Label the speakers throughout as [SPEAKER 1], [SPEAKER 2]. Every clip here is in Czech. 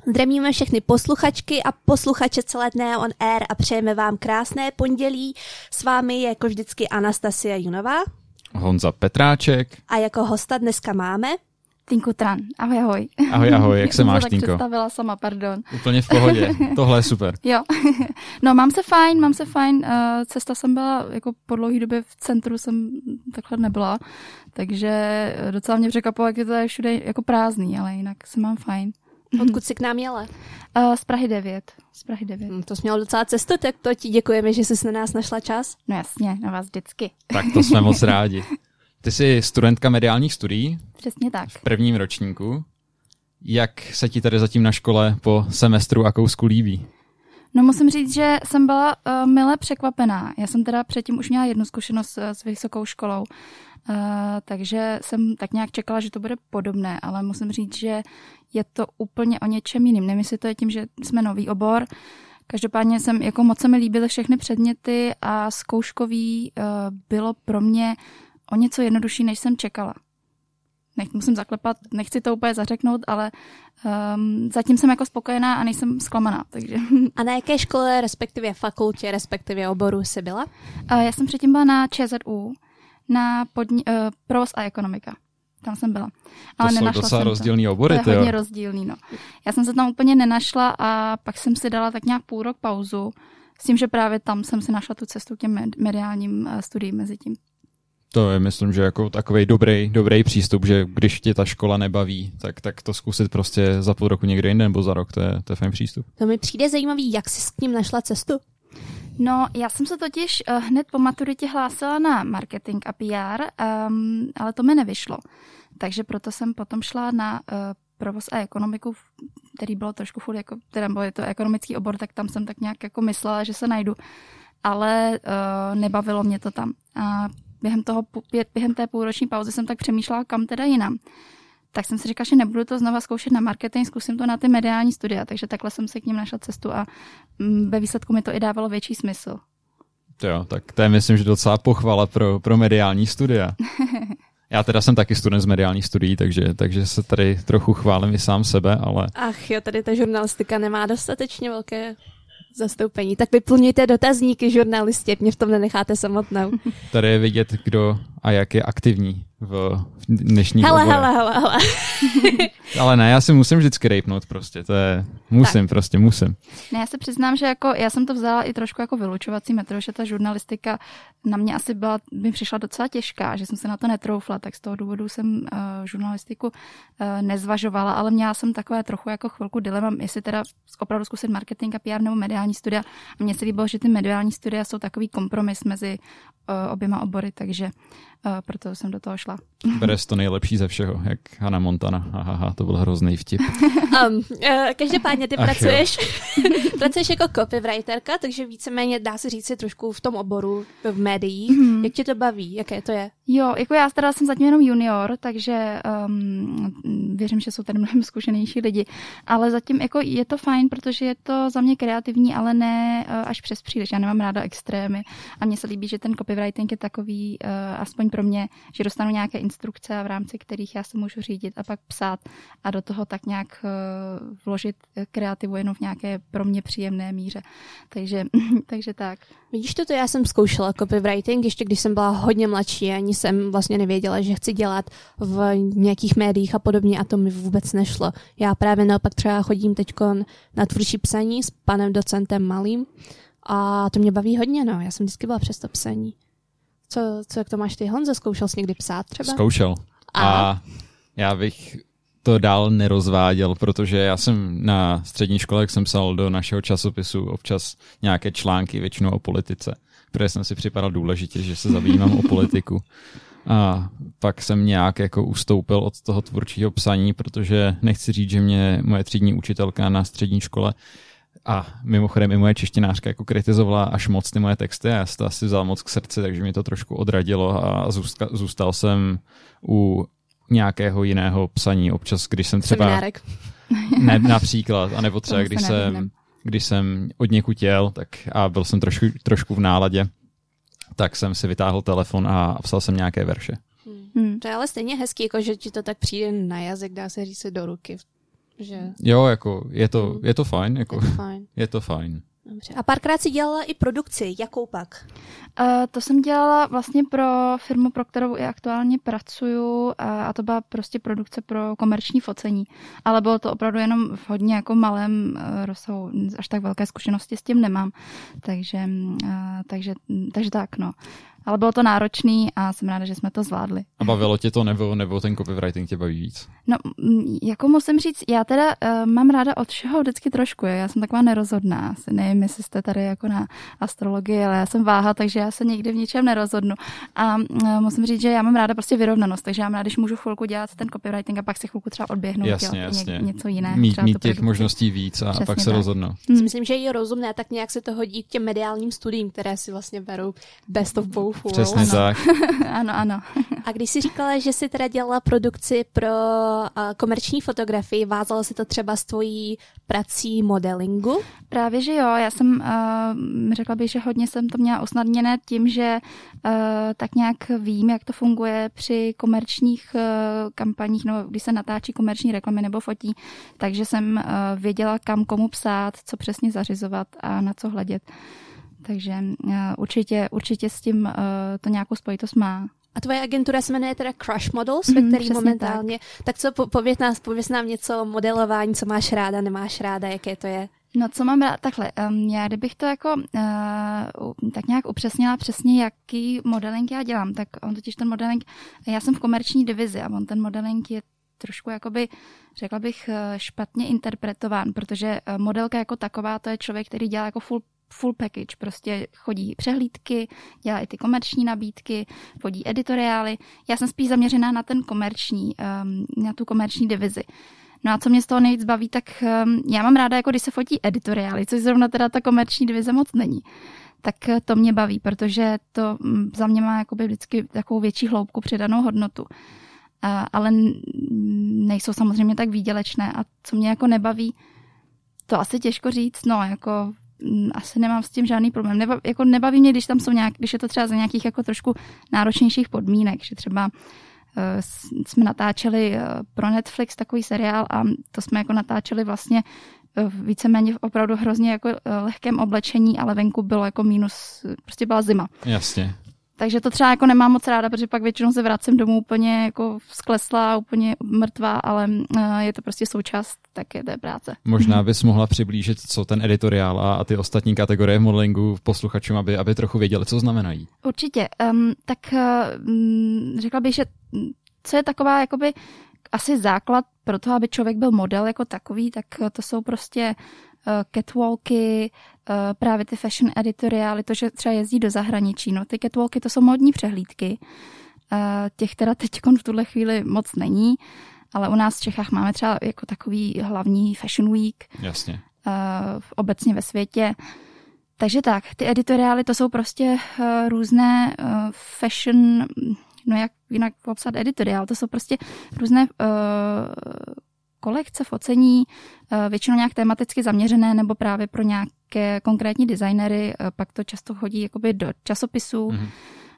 [SPEAKER 1] Zdravíme všechny posluchačky a posluchače celé Dne on Air a přejeme vám krásné pondělí. S vámi je jako vždycky Anastasia Junová.
[SPEAKER 2] Honza Petráček.
[SPEAKER 1] A jako hosta dneska máme
[SPEAKER 3] Tinku Tran. Ahoj, ahoj.
[SPEAKER 2] Ahoj, jak se máš,
[SPEAKER 3] tak
[SPEAKER 2] Tinko?
[SPEAKER 3] Představila sama, pardon.
[SPEAKER 2] Úplně v pohodě, tohle je super.
[SPEAKER 3] Jo, no mám se fajn. Cesta jsem byla, jako po dlouhé době v centru jsem takhle nebyla, takže docela mě překvapilo, jak je to je všude jako prázdný, ale jinak se mám fajn.
[SPEAKER 1] Odkud jsi k nám jela?
[SPEAKER 3] Z Prahy 9.
[SPEAKER 1] To jsi měla docela cestu, tak to ti děkujeme, že jsi na nás našla čas.
[SPEAKER 3] No jasně, na vás vždycky.
[SPEAKER 2] Tak to jsme moc rádi. Ty jsi studentka mediálních studií.
[SPEAKER 3] Přesně tak.
[SPEAKER 2] V prvním ročníku. Jak se ti tady zatím na škole po semestru a kousku líbí?
[SPEAKER 3] No musím říct, že jsem byla mile překvapená. Já jsem teda předtím už měla jednu zkušenost s vysokou školou, takže jsem tak nějak čekala, že to bude podobné, ale musím říct, že je to úplně o něčem jiným. Nevím, jestli to je tím, že jsme nový obor. Každopádně moc se mi líbily všechny předměty a zkouškový bylo pro mě o něco jednodušší, než jsem čekala. Musím zaklepat, nechci to úplně zařeknout, ale zatím jsem jako spokojená a nejsem zklamaná. Takže.
[SPEAKER 1] A na jaké škole, respektive fakultě, respektive oboru jsi byla?
[SPEAKER 3] Já jsem předtím byla na ČZU, na provoz a ekonomika. Tam jsem byla. Ale
[SPEAKER 2] to jsou docela rozdílný obory.
[SPEAKER 3] To je hodně rozdílný, no. Já jsem se tam úplně nenašla a pak jsem si dala tak nějak půl rok pauzu s tím, že právě tam jsem si našla tu cestu k těm mediálním studiím mezi tím.
[SPEAKER 2] To je, myslím, že jako takovej dobrý přístup, že když tě ta škola nebaví, tak to zkusit prostě za půl roku někde jinde nebo za rok, to je fajn přístup.
[SPEAKER 1] To mi přijde zajímavý, jak jsi s tím našla cestu?
[SPEAKER 3] No, já jsem se totiž hned po maturitě hlásila na marketing a PR, ale to mi nevyšlo. Takže proto jsem potom šla na provoz a ekonomiku, který bylo trošku furt, jako, teda byl to ekonomický obor, tak tam jsem tak nějak jako myslela, že se najdu. Ale nebavilo mě to tam. A během té půlroční pauzy jsem tak přemýšlela, kam teda jinam. Tak jsem si říkala, že nebudu to znova zkoušet na marketing, zkusím to na ty mediální studia, takže takhle jsem se k ním našla cestu a ve výsledku mi to i dávalo větší smysl.
[SPEAKER 2] Jo, tak to je, myslím, že docela pochvala pro mediální studia. Já teda jsem taky student z mediálních studií, takže se tady trochu chválím i sám sebe, ale...
[SPEAKER 1] Ach jo, tady ta žurnalistika nemá dostatečně velké zastoupení. Tak vyplňujte dotazníky, žurnalisti, mě v tom nenecháte samotnou.
[SPEAKER 2] Tady je vidět, kdo a jak je aktivní v dnešní oboru.
[SPEAKER 1] Hele.
[SPEAKER 2] Ale ne, já si musím vždycky rejpnout prostě, to je, musím.
[SPEAKER 3] Ne, já se přiznám, že jako, já jsem to vzala i trošku jako vylučovací metru, že ta žurnalistika na mě asi by přišla docela těžká, že jsem se na to netroufla, tak z toho důvodu jsem žurnalistiku nezvažovala, ale měla jsem takové trochu jako chvilku dilema, jestli teda opravdu zkusit marketing a PR nebo mediální studia. A mně se líbilo, že ty mediální studia jsou takový kompromis mezi oběma obory, takže proto jsem do toho šla.
[SPEAKER 2] Bereš to nejlepší ze všeho, jak Hannah Montana. To byl hrozný vtip.
[SPEAKER 1] Každopádně ty pracuješ jako copywriterka, takže víceméně dá se říct si trošku v tom oboru, v médiích. Jak tě to baví? Jaké to je?
[SPEAKER 3] Jo, jako já teda jsem zatím jenom junior, takže věřím, že jsou tady mnohem zkušenější lidi. Ale zatím jako je to fajn, protože je to za mě kreativní, ale ne až přes příliš. Já nemám ráda extrémy a mně se líbí, že ten copywriting je takový, aspoň pro mě, že dostanu nějaké instrukce, v rámci kterých já se můžu řídit a pak psát a do toho tak nějak vložit kreativu jenom v nějaké pro mě příjemné míře. Takže tak.
[SPEAKER 1] Vidíš to, já jsem zkoušela copywriting, ještě když jsem byla hodně mladší, ani jsem vlastně nevěděla, že chci dělat v nějakých médiích a podobně a to mi vůbec nešlo. Já právě naopak třeba chodím teďkon na tvůrčí psaní s panem docentem Malým a to mě baví hodně, no. Já jsem vždycky byla přes to psaní. Co jak to máš ty, Honzo? Zkoušel jsi někdy psát třeba?
[SPEAKER 2] Zkoušel. A já bych to dál nerozváděl, protože já jsem na střední škole, jak jsem psal do našeho časopisu občas nějaké články, většinou o politice, protože jsem si připadal důležitě, že se zajímám o politiku. A pak jsem nějak jako ustoupil od toho tvůrčího psaní, protože nechci říct, že mě moje třídní učitelka na střední škole a mimochodem i moje češtinářka jako kritizovala až moc ty moje texty a já si to asi vzal moc k srdci, takže mi to trošku odradilo a zůstal jsem u nějakého jiného psaní občas, když jsem třeba...
[SPEAKER 1] Seminárek.
[SPEAKER 2] Ne, například, anebo třeba když jsem od někud jel, tak a byl jsem trošku v náladě, tak jsem si vytáhl telefon a psal jsem nějaké verše.
[SPEAKER 1] To je ale stejně hezký, jako že ti to tak přijde na jazyk, dá se říct do ruky. Že...
[SPEAKER 2] Jo, jako je to fajn. Jako, je to fajn.
[SPEAKER 1] Dobře. A párkrát si dělala i produkci. Jakou pak?
[SPEAKER 3] To jsem dělala vlastně pro firmu, pro kterou i aktuálně pracuju a to byla prostě produkce pro komerční focení. Ale bylo to opravdu jenom v hodně jako malém rozsahu. Až tak velké zkušenosti s tím nemám. Takže tak, no. Ale bylo to náročný a jsem ráda, že jsme to zvládli.
[SPEAKER 2] A bavilo tě to nebo ten copywriting tě baví víc?
[SPEAKER 3] No, jako musím říct, já teda mám ráda od všeho vždycky trošku. Já jsem taková nerozhodná. Asi nevím, jestli jste tady jako na astrologii, ale já jsem váha, takže já se nikdy v ničem nerozhodnu. A musím říct, že já mám ráda prostě vyrovnanost, takže já mám ráda, když můžu chvilku dělat ten copywriting a pak si chvilku třeba odběhnout, dělat něco jiného.
[SPEAKER 2] Mít těch možností víc a pak se rozhodnout.
[SPEAKER 1] Myslím, že je rozumné, tak nějak se to hodí k těm mediálním studiím, které si vlastně berou best of both.
[SPEAKER 2] Přesně tak.
[SPEAKER 3] Ano.
[SPEAKER 1] A když jsi říkala, že jsi teda dělala produkci pro komerční fotografii, vázalo se to třeba s tvojí prací modelingu?
[SPEAKER 3] Právě, že jo. Já jsem řekla bych, že hodně jsem to měla usnadněné tím, že tak nějak vím, jak to funguje při komerčních kampaních, nebo když se natáčí komerční reklamy nebo fotí, takže jsem věděla, kam komu psát, co přesně zařizovat a na co hledět. Takže určitě s tím to nějakou spojitost má.
[SPEAKER 1] A tvoje agentura se jmenuje teda Crush Models, ve který momentálně... Tak co, pověz nám něco o modelování, co máš ráda, nemáš ráda, jaké to je?
[SPEAKER 3] No, co mám ráda, takhle, já kdybych to jako tak nějak upřesnila přesně, jaký modeling já dělám, tak on totiž ten modeling, já jsem v komerční divizi a on ten modeling je trošku jakoby, řekla bych, špatně interpretován, protože modelka jako taková, to je člověk, který dělá jako full package, prostě chodí přehlídky, dělá i ty komerční nabídky, chodí editoriály. Já jsem spíš zaměřená na ten komerční, na tu komerční divizi. No a co mě z toho nejvíc baví, tak já mám ráda, jako když se fotí editoriály, což zrovna teda ta komerční divize moc není. Tak to mě baví, protože to za mě má jakoby vždycky takovou větší hloubku, přidanou hodnotu. Ale nejsou samozřejmě tak výdělečné. A co mě jako nebaví, to asi těžko říct, no jako asi nemám s tím žádný problém. Nebaví mě, když tam jsou když je to třeba za nějakých jako trošku náročnějších podmínek, že třeba jsme natáčeli pro Netflix takový seriál a to jsme jako natáčeli vlastně víceméně opravdu hrozně jako lehkém oblečení, ale venku bylo jako minus, prostě byla zima.
[SPEAKER 2] Jasně.
[SPEAKER 3] Takže to třeba jako nemám moc ráda, protože pak většinou se vracím domů úplně jako skleslá, úplně mrtvá, ale je to prostě součást také té práce.
[SPEAKER 2] Možná bys mohla přiblížit, co ten editoriál a ty ostatní kategorie modelingu posluchačům, aby trochu věděli, co znamenají.
[SPEAKER 3] Určitě. Tak řekla bych, že co je taková jakoby asi základ pro to, aby člověk byl model jako takový, tak to jsou prostě catwalky, právě ty fashion editoriály, to, že třeba jezdí do zahraničí. No, ty catwalky, to jsou módní přehlídky. Těch teda teď v tuhle chvíli moc není, ale u nás v Čechách máme třeba jako takový hlavní Fashion Week.
[SPEAKER 2] Jasně.
[SPEAKER 3] Obecně ve světě. Takže tak, ty editoriály, to jsou prostě různé fashion, no jak jinak popsat editoriál, to jsou prostě různé kolekce focení, většinou nějak tematicky zaměřené nebo právě pro nějaké konkrétní designery, pak to často chodí jakoby do časopisů. Mm-hmm.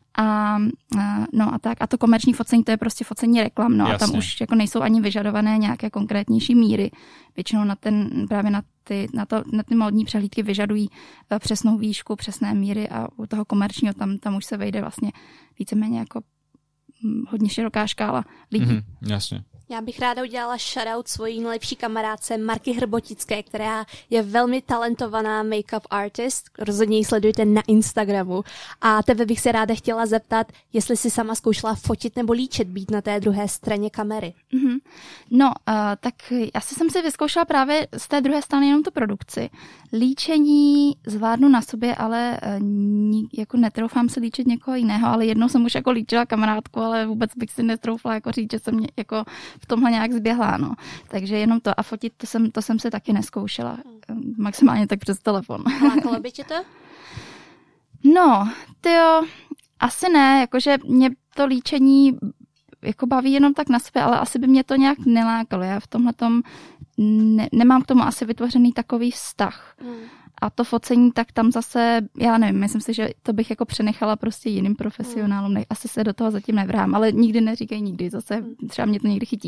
[SPEAKER 3] A to komerční focení, to je prostě focení reklam, no. Jasně. A tam už jako nejsou ani vyžadované nějaké konkrétnější míry. Většinou na ty módní přehlídky vyžadují přesnou výšku, přesné míry a u toho komerčního tam už se vejde vlastně víceméně jako hodně široká škála lidí.
[SPEAKER 2] Mm-hmm, jasně.
[SPEAKER 1] Já bych ráda udělala shoutout svojí nejlepší kamarádce Marky Hrbotické, která je velmi talentovaná make-up artist. Rozhodně ji sledujte na Instagramu. A tebe bych se ráda chtěla zeptat, jestli jsi sama zkoušela fotit nebo líčit, být na té druhé straně kamery.
[SPEAKER 3] Mm-hmm. No, tak asi jsem si vyzkoušela právě z té druhé strany jenom tu produkci. Líčení zvládnu na sobě, ale jako netroufám se líčit někoho jiného, ale jednou jsem už jako líčila kamarádku, ale vůbec bych si netroufla jako říct, že jsem mě jako v tomhle nějak zběhla, no. Takže jenom to a fotit, to jsem se taky neskoušela. Maximálně tak přes telefon.
[SPEAKER 1] Lákalo by tě to?
[SPEAKER 3] No, tyjo, asi ne, jakože mě to líčení jako baví jenom tak na sebe, ale asi by mě to nějak nelákalo. Já v tomhletom nemám k tomu asi vytvořený takový vztah. A to focení, tak tam zase, já nevím, myslím si, že to bych jako přenechala prostě jiným profesionálům. Asi se do toho zatím nevrám, ale nikdy neříkej nikdy, zase třeba mě to někdy chytí.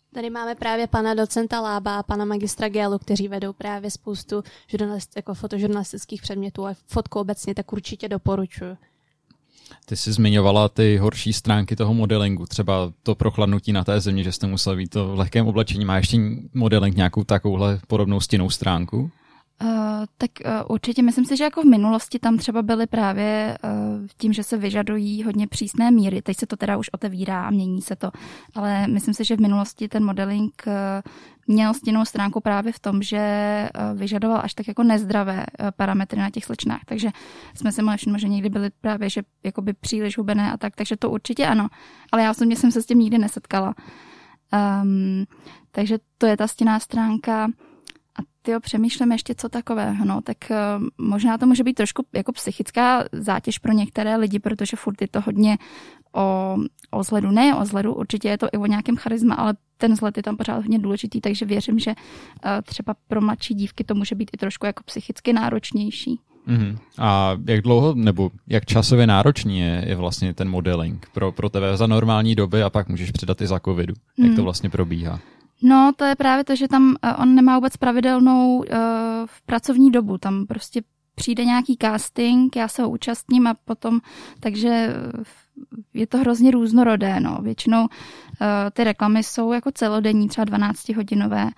[SPEAKER 1] Tady máme právě pana docenta Lába a pana magistra Gélu, kteří vedou právě spoustu jako fotožurnalistických předmětů a fotku obecně, tak určitě doporučuji.
[SPEAKER 2] Ty jsi zmiňovala ty horší stránky toho modelingu, třeba to prochladnutí na té země, že jste musel být to v lehkém oblečení. Má ještě modeling nějakou takovouhle podobnou stinnou stránku?
[SPEAKER 3] Určitě myslím si, že jako v minulosti tam třeba byly právě tím, že se vyžadují hodně přísné míry. Teď se to teda už otevírá a mění se to. Ale myslím si, že v minulosti ten modeling měl stinnou stránku právě v tom, že vyžadoval až tak jako nezdravé parametry na těch slečnách. Takže jsme si mohli všimnout, že někdy byly právě že jakoby příliš hubené a tak. Takže to určitě ano. Ale já osobně jsem se s tím nikdy nesetkala. Takže to je ta stinná stránka. Přemýšlím ještě co takového, no, tak možná to může být trošku jako psychická zátěž pro některé lidi, protože furt je to hodně o vzhledu, ne o vzhledu, určitě je to i o nějakém charisma, ale ten vzhled je tam pořád hodně důležitý, takže věřím, že třeba pro mladší dívky to může být i trošku jako psychicky náročnější.
[SPEAKER 2] Mm-hmm. A jak dlouho, nebo jak časově náročný je vlastně ten modeling pro tebe za normální doby a pak můžeš přidat i za covidu? Jak to vlastně probíhá?
[SPEAKER 3] No, to je právě to, že tam on nemá vůbec pravidelnou pracovní dobu. Tam prostě přijde nějaký casting, já se ho účastním a potom, takže je to hrozně různorodé. No. Většinou ty reklamy jsou jako celodenní, třeba 12hodinové.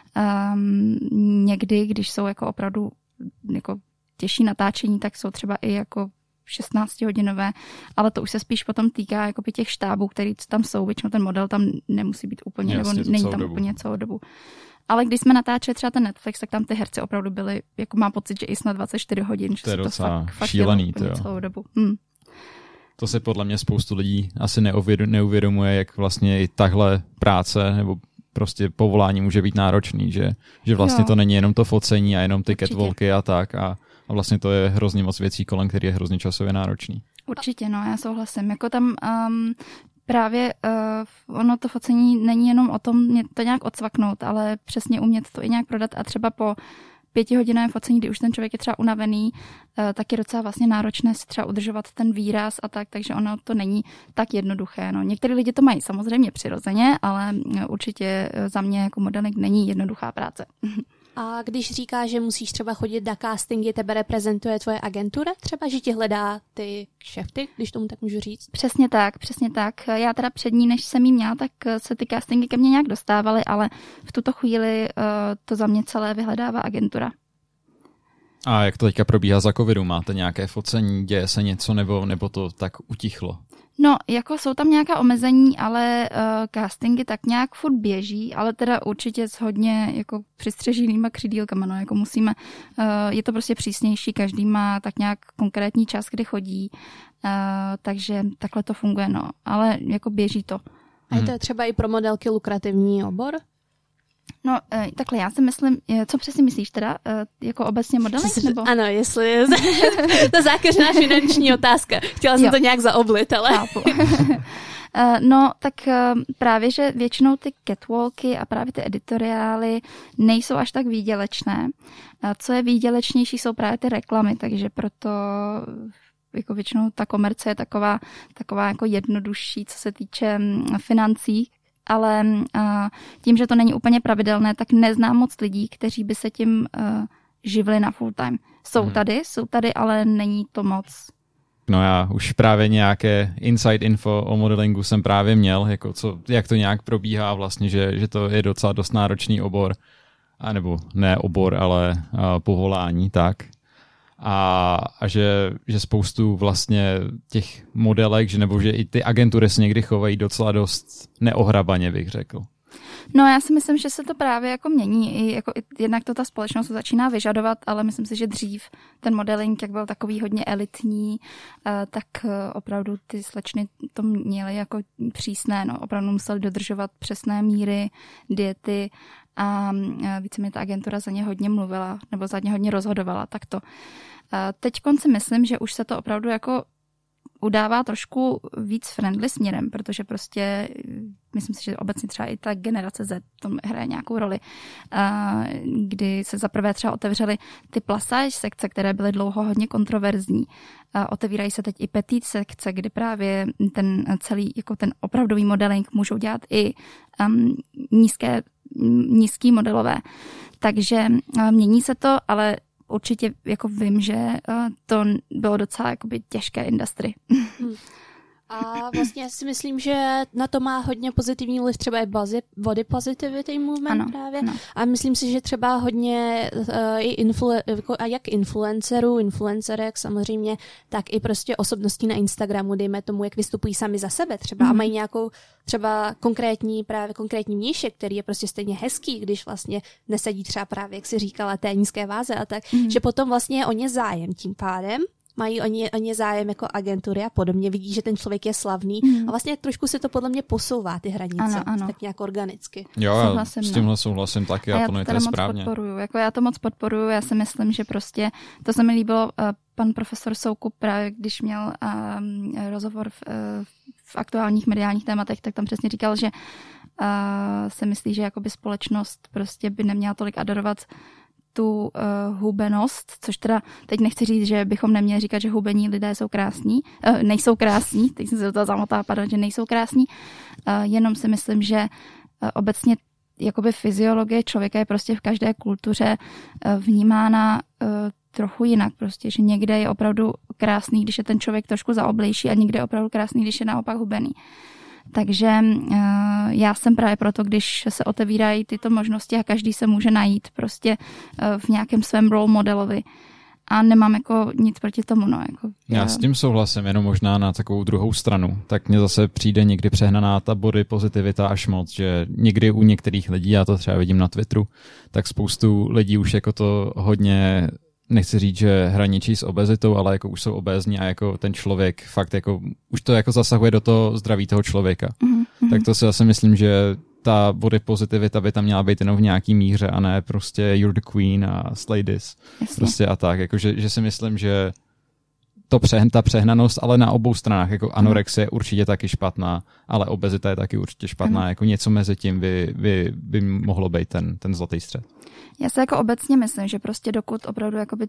[SPEAKER 3] Někdy, když jsou jako opravdu jako těžší natáčení, tak jsou třeba i jako 16hodinové, ale to už se spíš potom týká jakoby těch štábů, který tam jsou, většinou ten model tam nemusí být úplně,
[SPEAKER 2] jasně,
[SPEAKER 3] nebo není tam dobu. Úplně celou dobu. Ale když jsme natáčeli třeba ten Netflix, tak tam ty herci opravdu byli, jako mám pocit, že i snad 24 hodin, že
[SPEAKER 2] to je
[SPEAKER 3] to fakt
[SPEAKER 2] šílený,
[SPEAKER 3] to celou dobu.
[SPEAKER 2] To se podle mě spoustu lidí asi neuvědomuje, jak vlastně i tahle práce nebo prostě povolání může být náročný, že vlastně to není jenom to focení a jenom ty catwalky a tak a vlastně to je hrozně moc věcí kolem, který je hrozně časově náročný.
[SPEAKER 3] Určitě, no, já souhlasím. Jako tam právě ono to focení není jenom o tom mě to nějak odsvaknout, ale přesně umět to i nějak prodat a třeba po 5hodinovém focení, kdy už ten člověk je třeba unavený, tak je docela vlastně náročné si třeba udržovat ten výraz a tak, takže ono to není tak jednoduché. No. Některý lidi to mají samozřejmě přirozeně, ale určitě za mě jako modeling není jednoduchá práce.
[SPEAKER 1] A když říkáš, že musíš třeba chodit na castingy, tebe reprezentuje tvoje agentura? Třeba, že ti hledá ty kšefty, když tomu tak můžu říct?
[SPEAKER 3] Přesně tak. Já teda před ní, než jsem jí měla, tak se ty castingy ke mně nějak dostávaly, ale v tuto chvíli to za mě celé vyhledává agentura.
[SPEAKER 2] A jak to teďka probíhá za covidu? Máte nějaké focení, děje se něco nebo to tak utichlo?
[SPEAKER 3] No, jako jsou tam nějaká omezení, ale castingy tak nějak furt běží, ale teda určitě s hodně jako přistřeženýma křidílkama, no, jako musíme, je to prostě přísnější, každý má tak nějak konkrétní čas, kdy chodí, takže takhle to funguje, no, ale jako běží to.
[SPEAKER 1] A je to třeba i pro modelky lukrativní obor?
[SPEAKER 3] No, takhle, já si myslím, co přesně myslíš teda, jako obecně modeling, nebo?
[SPEAKER 1] Ano, jestli je to zákeřná finanční otázka. Chtěla jsem to nějak zaoblit, ale...
[SPEAKER 3] No, tak právě, že většinou ty catwalky a právě ty editoriály nejsou až tak výdělečné. Co je výdělečnější, jsou právě ty reklamy, takže proto jako většinou ta komerce je taková jako jednodušší, co se týče financí, ale tím, že to není úplně pravidelné, tak neznám moc lidí, kteří by se tím živili na full time. Jsou tady, ale není to moc.
[SPEAKER 2] No já už právě nějaké inside info o modelingu jsem právě měl, jako jak to nějak probíhá vlastně, že to je docela dost náročný obor, nebo ne obor, ale povolání, tak. A že spoustu vlastně těch modelek, že i ty agentury se někdy chovají docela dost neohrabaně, bych řekl.
[SPEAKER 3] No já si myslím, že se to právě jako mění. Jednak to ta společnost začíná vyžadovat, ale myslím si, že dřív ten modeling, jak byl takový hodně elitní, tak opravdu ty slečny to měly jako přísné. No, opravdu museli dodržovat přesné míry, diety a víceméně ta agentura za ně hodně mluvila nebo za ně hodně rozhodovala. Tak to. Teď si myslím, že už se to opravdu jako udává trošku víc friendly směrem, protože prostě myslím si, že obecně třeba i ta generace Z tom hraje nějakou roli, kdy se zaprvé třeba otevřely ty plus sekce, které byly dlouho hodně kontroverzní. Otevírají se teď i petit sekce, kdy právě ten celý, jako ten opravdový modeling můžou dělat i nízký modelové. Takže mění se to, ale určitě jako vím, že to bylo docela jakoby těžké industry.
[SPEAKER 1] A vlastně si myslím, že na to má hodně pozitivní vliv třeba i body positivity movement
[SPEAKER 3] ano,
[SPEAKER 1] právě.
[SPEAKER 3] Ano.
[SPEAKER 1] A myslím si, že třeba hodně i jak influencerek samozřejmě, tak i prostě osobností na Instagramu, dejme tomu, jak vystupují sami za sebe třeba a mají nějakou třeba konkrétní mníšek, který je prostě stejně hezký, když vlastně nesedí třeba právě, jak si říkala, té nízké váze a tak, že potom vlastně je o ně zájem tím pádem. Mají oni zájem jako agentury a podobně, vidí, že ten člověk je slavný a vlastně trošku se to podle mě posouvá, ty hranice,
[SPEAKER 3] ano.
[SPEAKER 1] tak nějak organicky.
[SPEAKER 2] Jo, já s tímhle souhlasím taky a to je správně.
[SPEAKER 3] Já to moc podporuju, já si myslím, že prostě, to se mi líbilo, pan profesor Soukup právě, když měl rozhovor v aktuálních mediálních tématech, tak tam přesně říkal, že se myslí, že jakoby společnost prostě by neměla tolik adorovat tu hubenost, což teda teď nechci říct, že bychom neměli říkat, že hubení lidé jsou krásní, nejsou krásní, teď jsem se do toho zamotala, že nejsou krásní, jenom si myslím, že obecně jakoby fyziologie člověka je prostě v každé kultuře vnímána trochu jinak prostě, že někde je opravdu krásný, když je ten člověk trošku zaoblejší a někde je opravdu krásný, když je naopak hubený. Takže já jsem právě proto, když se otevírají tyto možnosti a každý se může najít prostě v nějakém svém role modelovi a nemám jako nic proti tomu. No, jako,
[SPEAKER 2] já s tím souhlasím, jenom možná na takovou druhou stranu. Tak mně zase přijde někdy přehnaná ta body pozitivita až moc, že někdy u některých lidí, já to třeba vidím na Twitteru, tak spoustu lidí už jako to hodně, nechci říct, že hraničí s obezitou, ale jako už jsou obézní a jako ten člověk fakt jako, už to jako zasahuje do toho zdraví toho člověka. Tak to si zase myslím, že ta body pozitivita by tam měla být jenom v nějaký míře a ne prostě you're the queen a slay this. Prostě a tak, jako že si myslím, že ta přehnanost, ale na obou stranách, jako anorexie je určitě taky špatná, ale obezita je taky určitě špatná, jako něco mezi tím by mohlo být ten zlatý střed.
[SPEAKER 3] Já se jako obecně myslím, že prostě dokud opravdu jakoby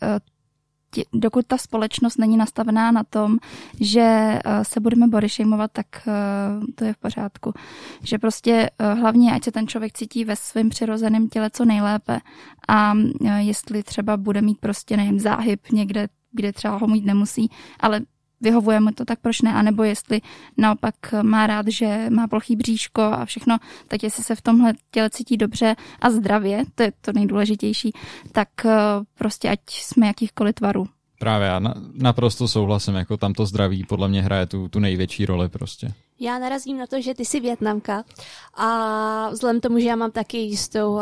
[SPEAKER 3] dokud ta společnost není nastavená na tom, že se budeme body shameovat, tak to je v pořádku. Že prostě hlavně, ať se ten člověk cítí ve svém přirozeném těle co nejlépe a jestli třeba bude mít prostě nejen záhyb někde, kde třeba ho mít nemusí, ale vyhovuje mu to, tak proč ne? A nebo jestli naopak má rád, že má plochý bříško a všechno, tak jestli se v tomhle těle cítí dobře a zdravě, to je to nejdůležitější, tak prostě ať jsme jakýchkoliv tvarů.
[SPEAKER 2] Právě, já naprosto souhlasím, jako tam to zdraví podle mě hraje tu největší roli prostě.
[SPEAKER 1] Já narazím na to, že ty jsi Vietnamka a vzhledem tomu, že já mám taky jistou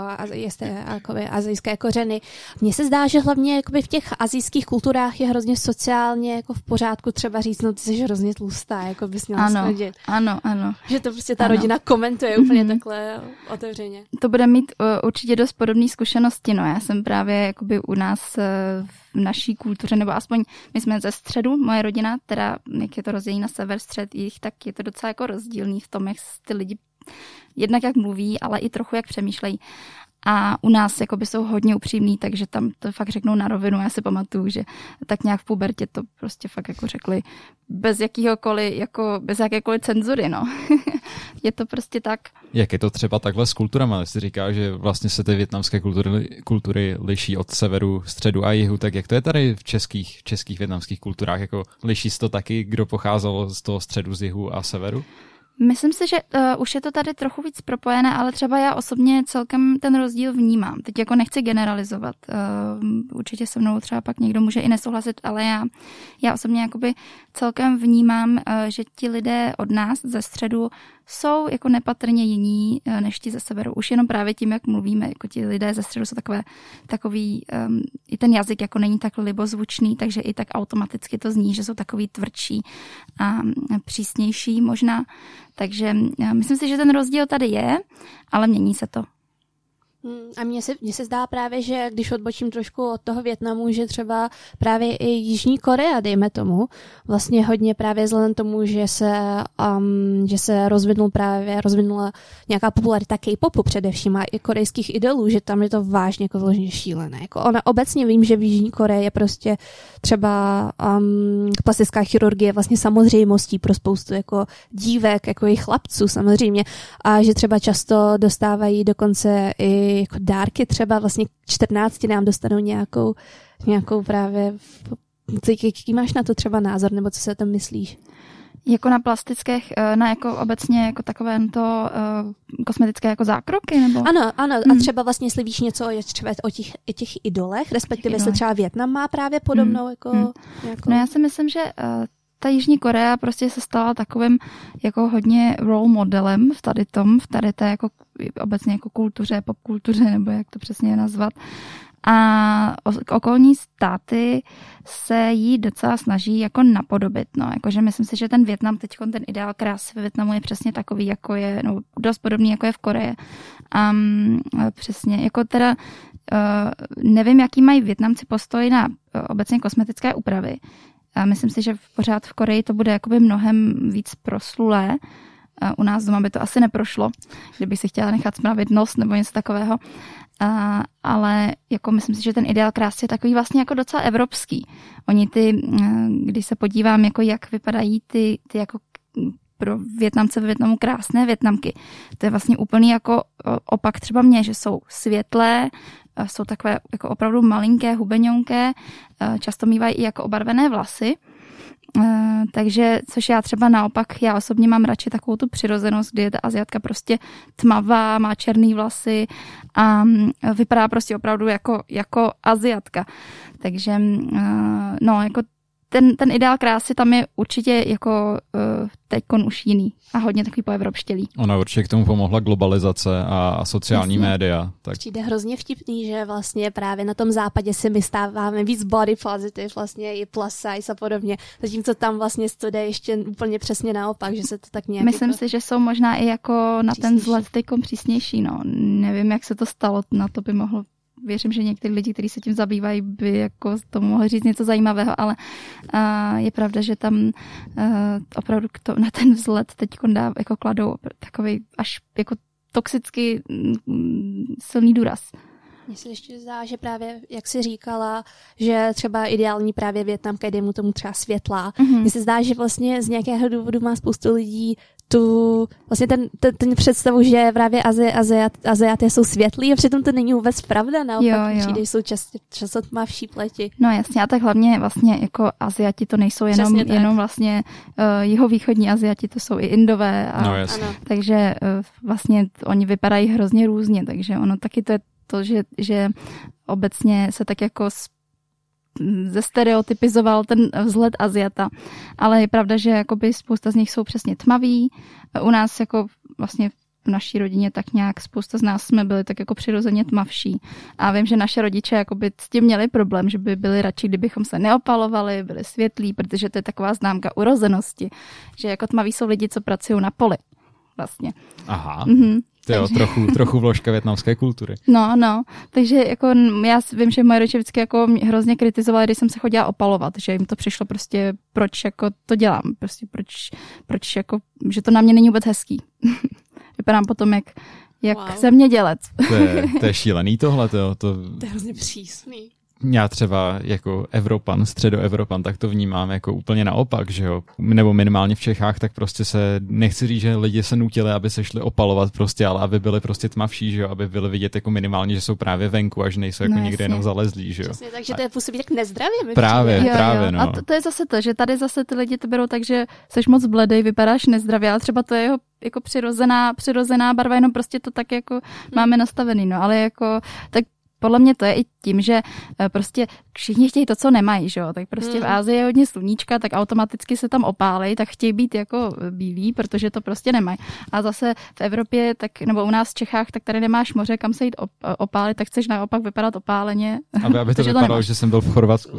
[SPEAKER 1] asijské kořeny, mně se zdá, že hlavně v těch asijských kulturách je hrozně sociálně jako v pořádku třeba říct, no ty jsi hrozně tlustá, jako bys měla schodit.
[SPEAKER 3] Ano.
[SPEAKER 1] Že to prostě ta rodina komentuje úplně takhle otevřeně.
[SPEAKER 3] To bude mít určitě dost podobné zkušenosti, no já jsem právě jakoby u nás v naší kultuře, nebo aspoň my jsme ze středu, moje rodina, teda jak je to rozdělení na sever, střed, jich, tak je to docela jako rozdílný v tom, jak ty lidi jednak jak mluví, ale i trochu jak přemýšlejí. A u nás jakoby jsou hodně upřímní, takže tam to fakt řeknou na rovinu. Já si pamatuju, že tak nějak v pubertě to prostě fakt jako řekli bez jakékoliv cenzury, no. Je to prostě tak. Jak
[SPEAKER 2] je to třeba takhle s kulturama? Když jsi říká, že vlastně se ty vietnamské kultury liší od severu, středu a jihu, tak jak to je tady v českých vietnamských kulturách? Jako liší se to taky, kdo pocházel z toho středu, z jihu a severu?
[SPEAKER 3] Myslím si, že už je to tady trochu víc propojené, ale třeba já osobně celkem ten rozdíl vnímám. Teď jako nechci generalizovat. Určitě se mnou třeba pak někdo může i nesouhlasit, ale já osobně jakoby celkem vnímám, že ti lidé od nás ze středu jsou jako nepatrně jiní než ti ze severu. Už jenom právě tím, jak mluvíme, jako ti lidé ze středu jsou takový, i ten jazyk jako není tak libozvučný, takže i tak automaticky to zní, že jsou takový tvrdší a přísnější možná. Takže myslím si, že ten rozdíl tady je, ale mění se to.
[SPEAKER 1] A mně se zdá právě, že když odbočím trošku od toho Vietnamu, že třeba právě i Jižní Korea, dejme tomu, vlastně hodně právě vzhledem tomu, že se rozvinula nějaká popularita K-popu především a i korejských idolů, že tam je to vážně jako vložně šílené. Jako ona obecně vím, že v Jižní Koreji je prostě třeba plastická chirurgie vlastně samozřejmostí pro spoustu jako dívek, jako i chlapců samozřejmě a že třeba často dostávají dokonce i jako dárky třeba vlastně 14 nám dostanou nějakou právě, jaký máš na to třeba názor, nebo co si o tom myslíš?
[SPEAKER 3] Jako na plastických, na jako obecně jako takové to kosmetické jako zákroky, nebo?
[SPEAKER 1] Ano. A třeba vlastně, jestli víš něco třeba o těch idolech, respektive jestli třeba Vietnam má právě podobnou jako nějakou...
[SPEAKER 3] No já si myslím, že ta Jižní Korea prostě se stala takovým jako hodně role modelem v tady té jako obecně jako kultuře, popkultuře, nebo jak to přesně nazvat. A okolní státy se jí docela snaží jako napodobit. No, jakože myslím si, že ten Vietnam, ten ideál krásy ve Vietnamu je přesně takový, jako je, no, dost podobný, jako je v Koreji. Přesně, jako teda nevím, jaký mají Vietnamci postoj na obecně kosmetické úpravy. Myslím si, že pořád v Koreji to bude jakoby mnohem víc proslulé. U nás doma by to asi neprošlo, kdybych si chtěla nechat spravit nos nebo něco takového. Ale jako myslím si, že ten ideál krásy je takový vlastně jako docela evropský. Oni když se podívám, jako jak vypadají ty jako pro Vietnamce ve Vietnamu krásné Vietnamky, to je vlastně úplný jako opak třeba mě, že jsou světlé, jsou takové jako opravdu malinké, hubeňonké, často mývají i jako obarvené vlasy. Takže, což já třeba naopak, já osobně mám radši takovou tu přirozenost, kdy je ta Asiatka prostě tmavá, má černý vlasy a vypadá prostě opravdu jako Asiatka. Takže, no, jako ten ideál krásy tam je určitě jako teďkon už jiný a hodně takový poevropštělý.
[SPEAKER 2] Ona určitě k tomu pomohla globalizace a sociální média. Tak.
[SPEAKER 1] Přijde hrozně vtipný, že vlastně právě na tom západě si my stáváme víc body positive, vlastně i plus size a podobně. Zatímco tam vlastně to jde ještě úplně přesně naopak, že se to tak nějak...
[SPEAKER 3] Myslím si, že jsou možná i jako na ten vzhled teďkom přísnější. No. Nevím, jak se to stalo, na to by mohlo... Věřím, že někteří lidi, kteří se tím zabývají, by jako tomu mohli říct něco zajímavého, ale je pravda, že tam opravdu na ten vzhled teď jako kladou takový až jako toxicky silný důraz.
[SPEAKER 1] Mně se ještě zdá, že právě, jak jsi říkala, že třeba ideální právě Vietnamka, jde mu tomu třeba světlá. Mně se zdá, že vlastně z nějakého důvodu má spoustu lidí vlastně ten představu, že právě Aziaté jsou světlí a přitom to není vůbec pravda, naopak přijde, jsou často tmavší pleti.
[SPEAKER 3] No jasně, a tak hlavně vlastně jako Aziati to nejsou jenom vlastně jihovýchodní Aziati, to jsou i Indové. Takže vlastně oni vypadají hrozně různě, takže ono taky to je to, že obecně se tak jako zestereotypizoval ten vzhled Aziata. Ale je pravda, že jakoby spousta z nich jsou přesně tmaví. U nás jako vlastně v naší rodině tak nějak spousta z nás jsme byli tak jako přirozeně tmavší. A vím, že naše rodiče jakoby s tím měli problém, že by byli radši, kdybychom se neopalovali, byli světlí, protože to je taková známka urozenosti, že jako tmaví jsou lidi, co pracují na poli. Vlastně.
[SPEAKER 2] Aha. To je trochu vložka vietnamské kultury.
[SPEAKER 3] No, takže jako já vím, že moje rodiče vždycky jako hrozně kritizovali, když jsem se chodila opalovat, že jim to přišlo prostě, proč jako to dělám, prostě proč jako, že to na mě není vůbec hezký. Vypadám potom jak zemědělec.
[SPEAKER 2] To je šílený tohle, to
[SPEAKER 1] je hrozně přísný.
[SPEAKER 2] Já třeba jako Evropan, středoevropan, tak to vnímám jako úplně naopak, že jo. Nebo minimálně v Čechách, tak prostě se, nechci říct, že lidi se nutili, aby se šli opalovat prostě, ale aby byli prostě tmavší, že jo, aby byli vidět jako minimálně, že jsou právě venku a že nejsou jako někde jenom zalezlí, že jo.
[SPEAKER 1] Přesně, takže to je působí tak nezdravě.
[SPEAKER 2] Právě, no.
[SPEAKER 3] A to je zase to, že tady zase ty lidi to berou tak, že seš moc bledej, vypadáš nezdravě, ale třeba to je jeho jako přirozená barva, jenom prostě to tak jako máme nastavený, no, ale jako tak podle mě to je i tím, že prostě všichni chtějí to, co nemají, že jo? Tak prostě v Asii je hodně sluníčka, tak automaticky se tam opálej, tak chtějí být jako bílí, protože to prostě nemají. A zase v Evropě, tak, nebo u nás v Čechách, tak tady nemáš moře, kam se jít opálit, tak chceš naopak vypadat opáleně.
[SPEAKER 2] Aby to vypadalo, že jsem byl v Chorvatsku.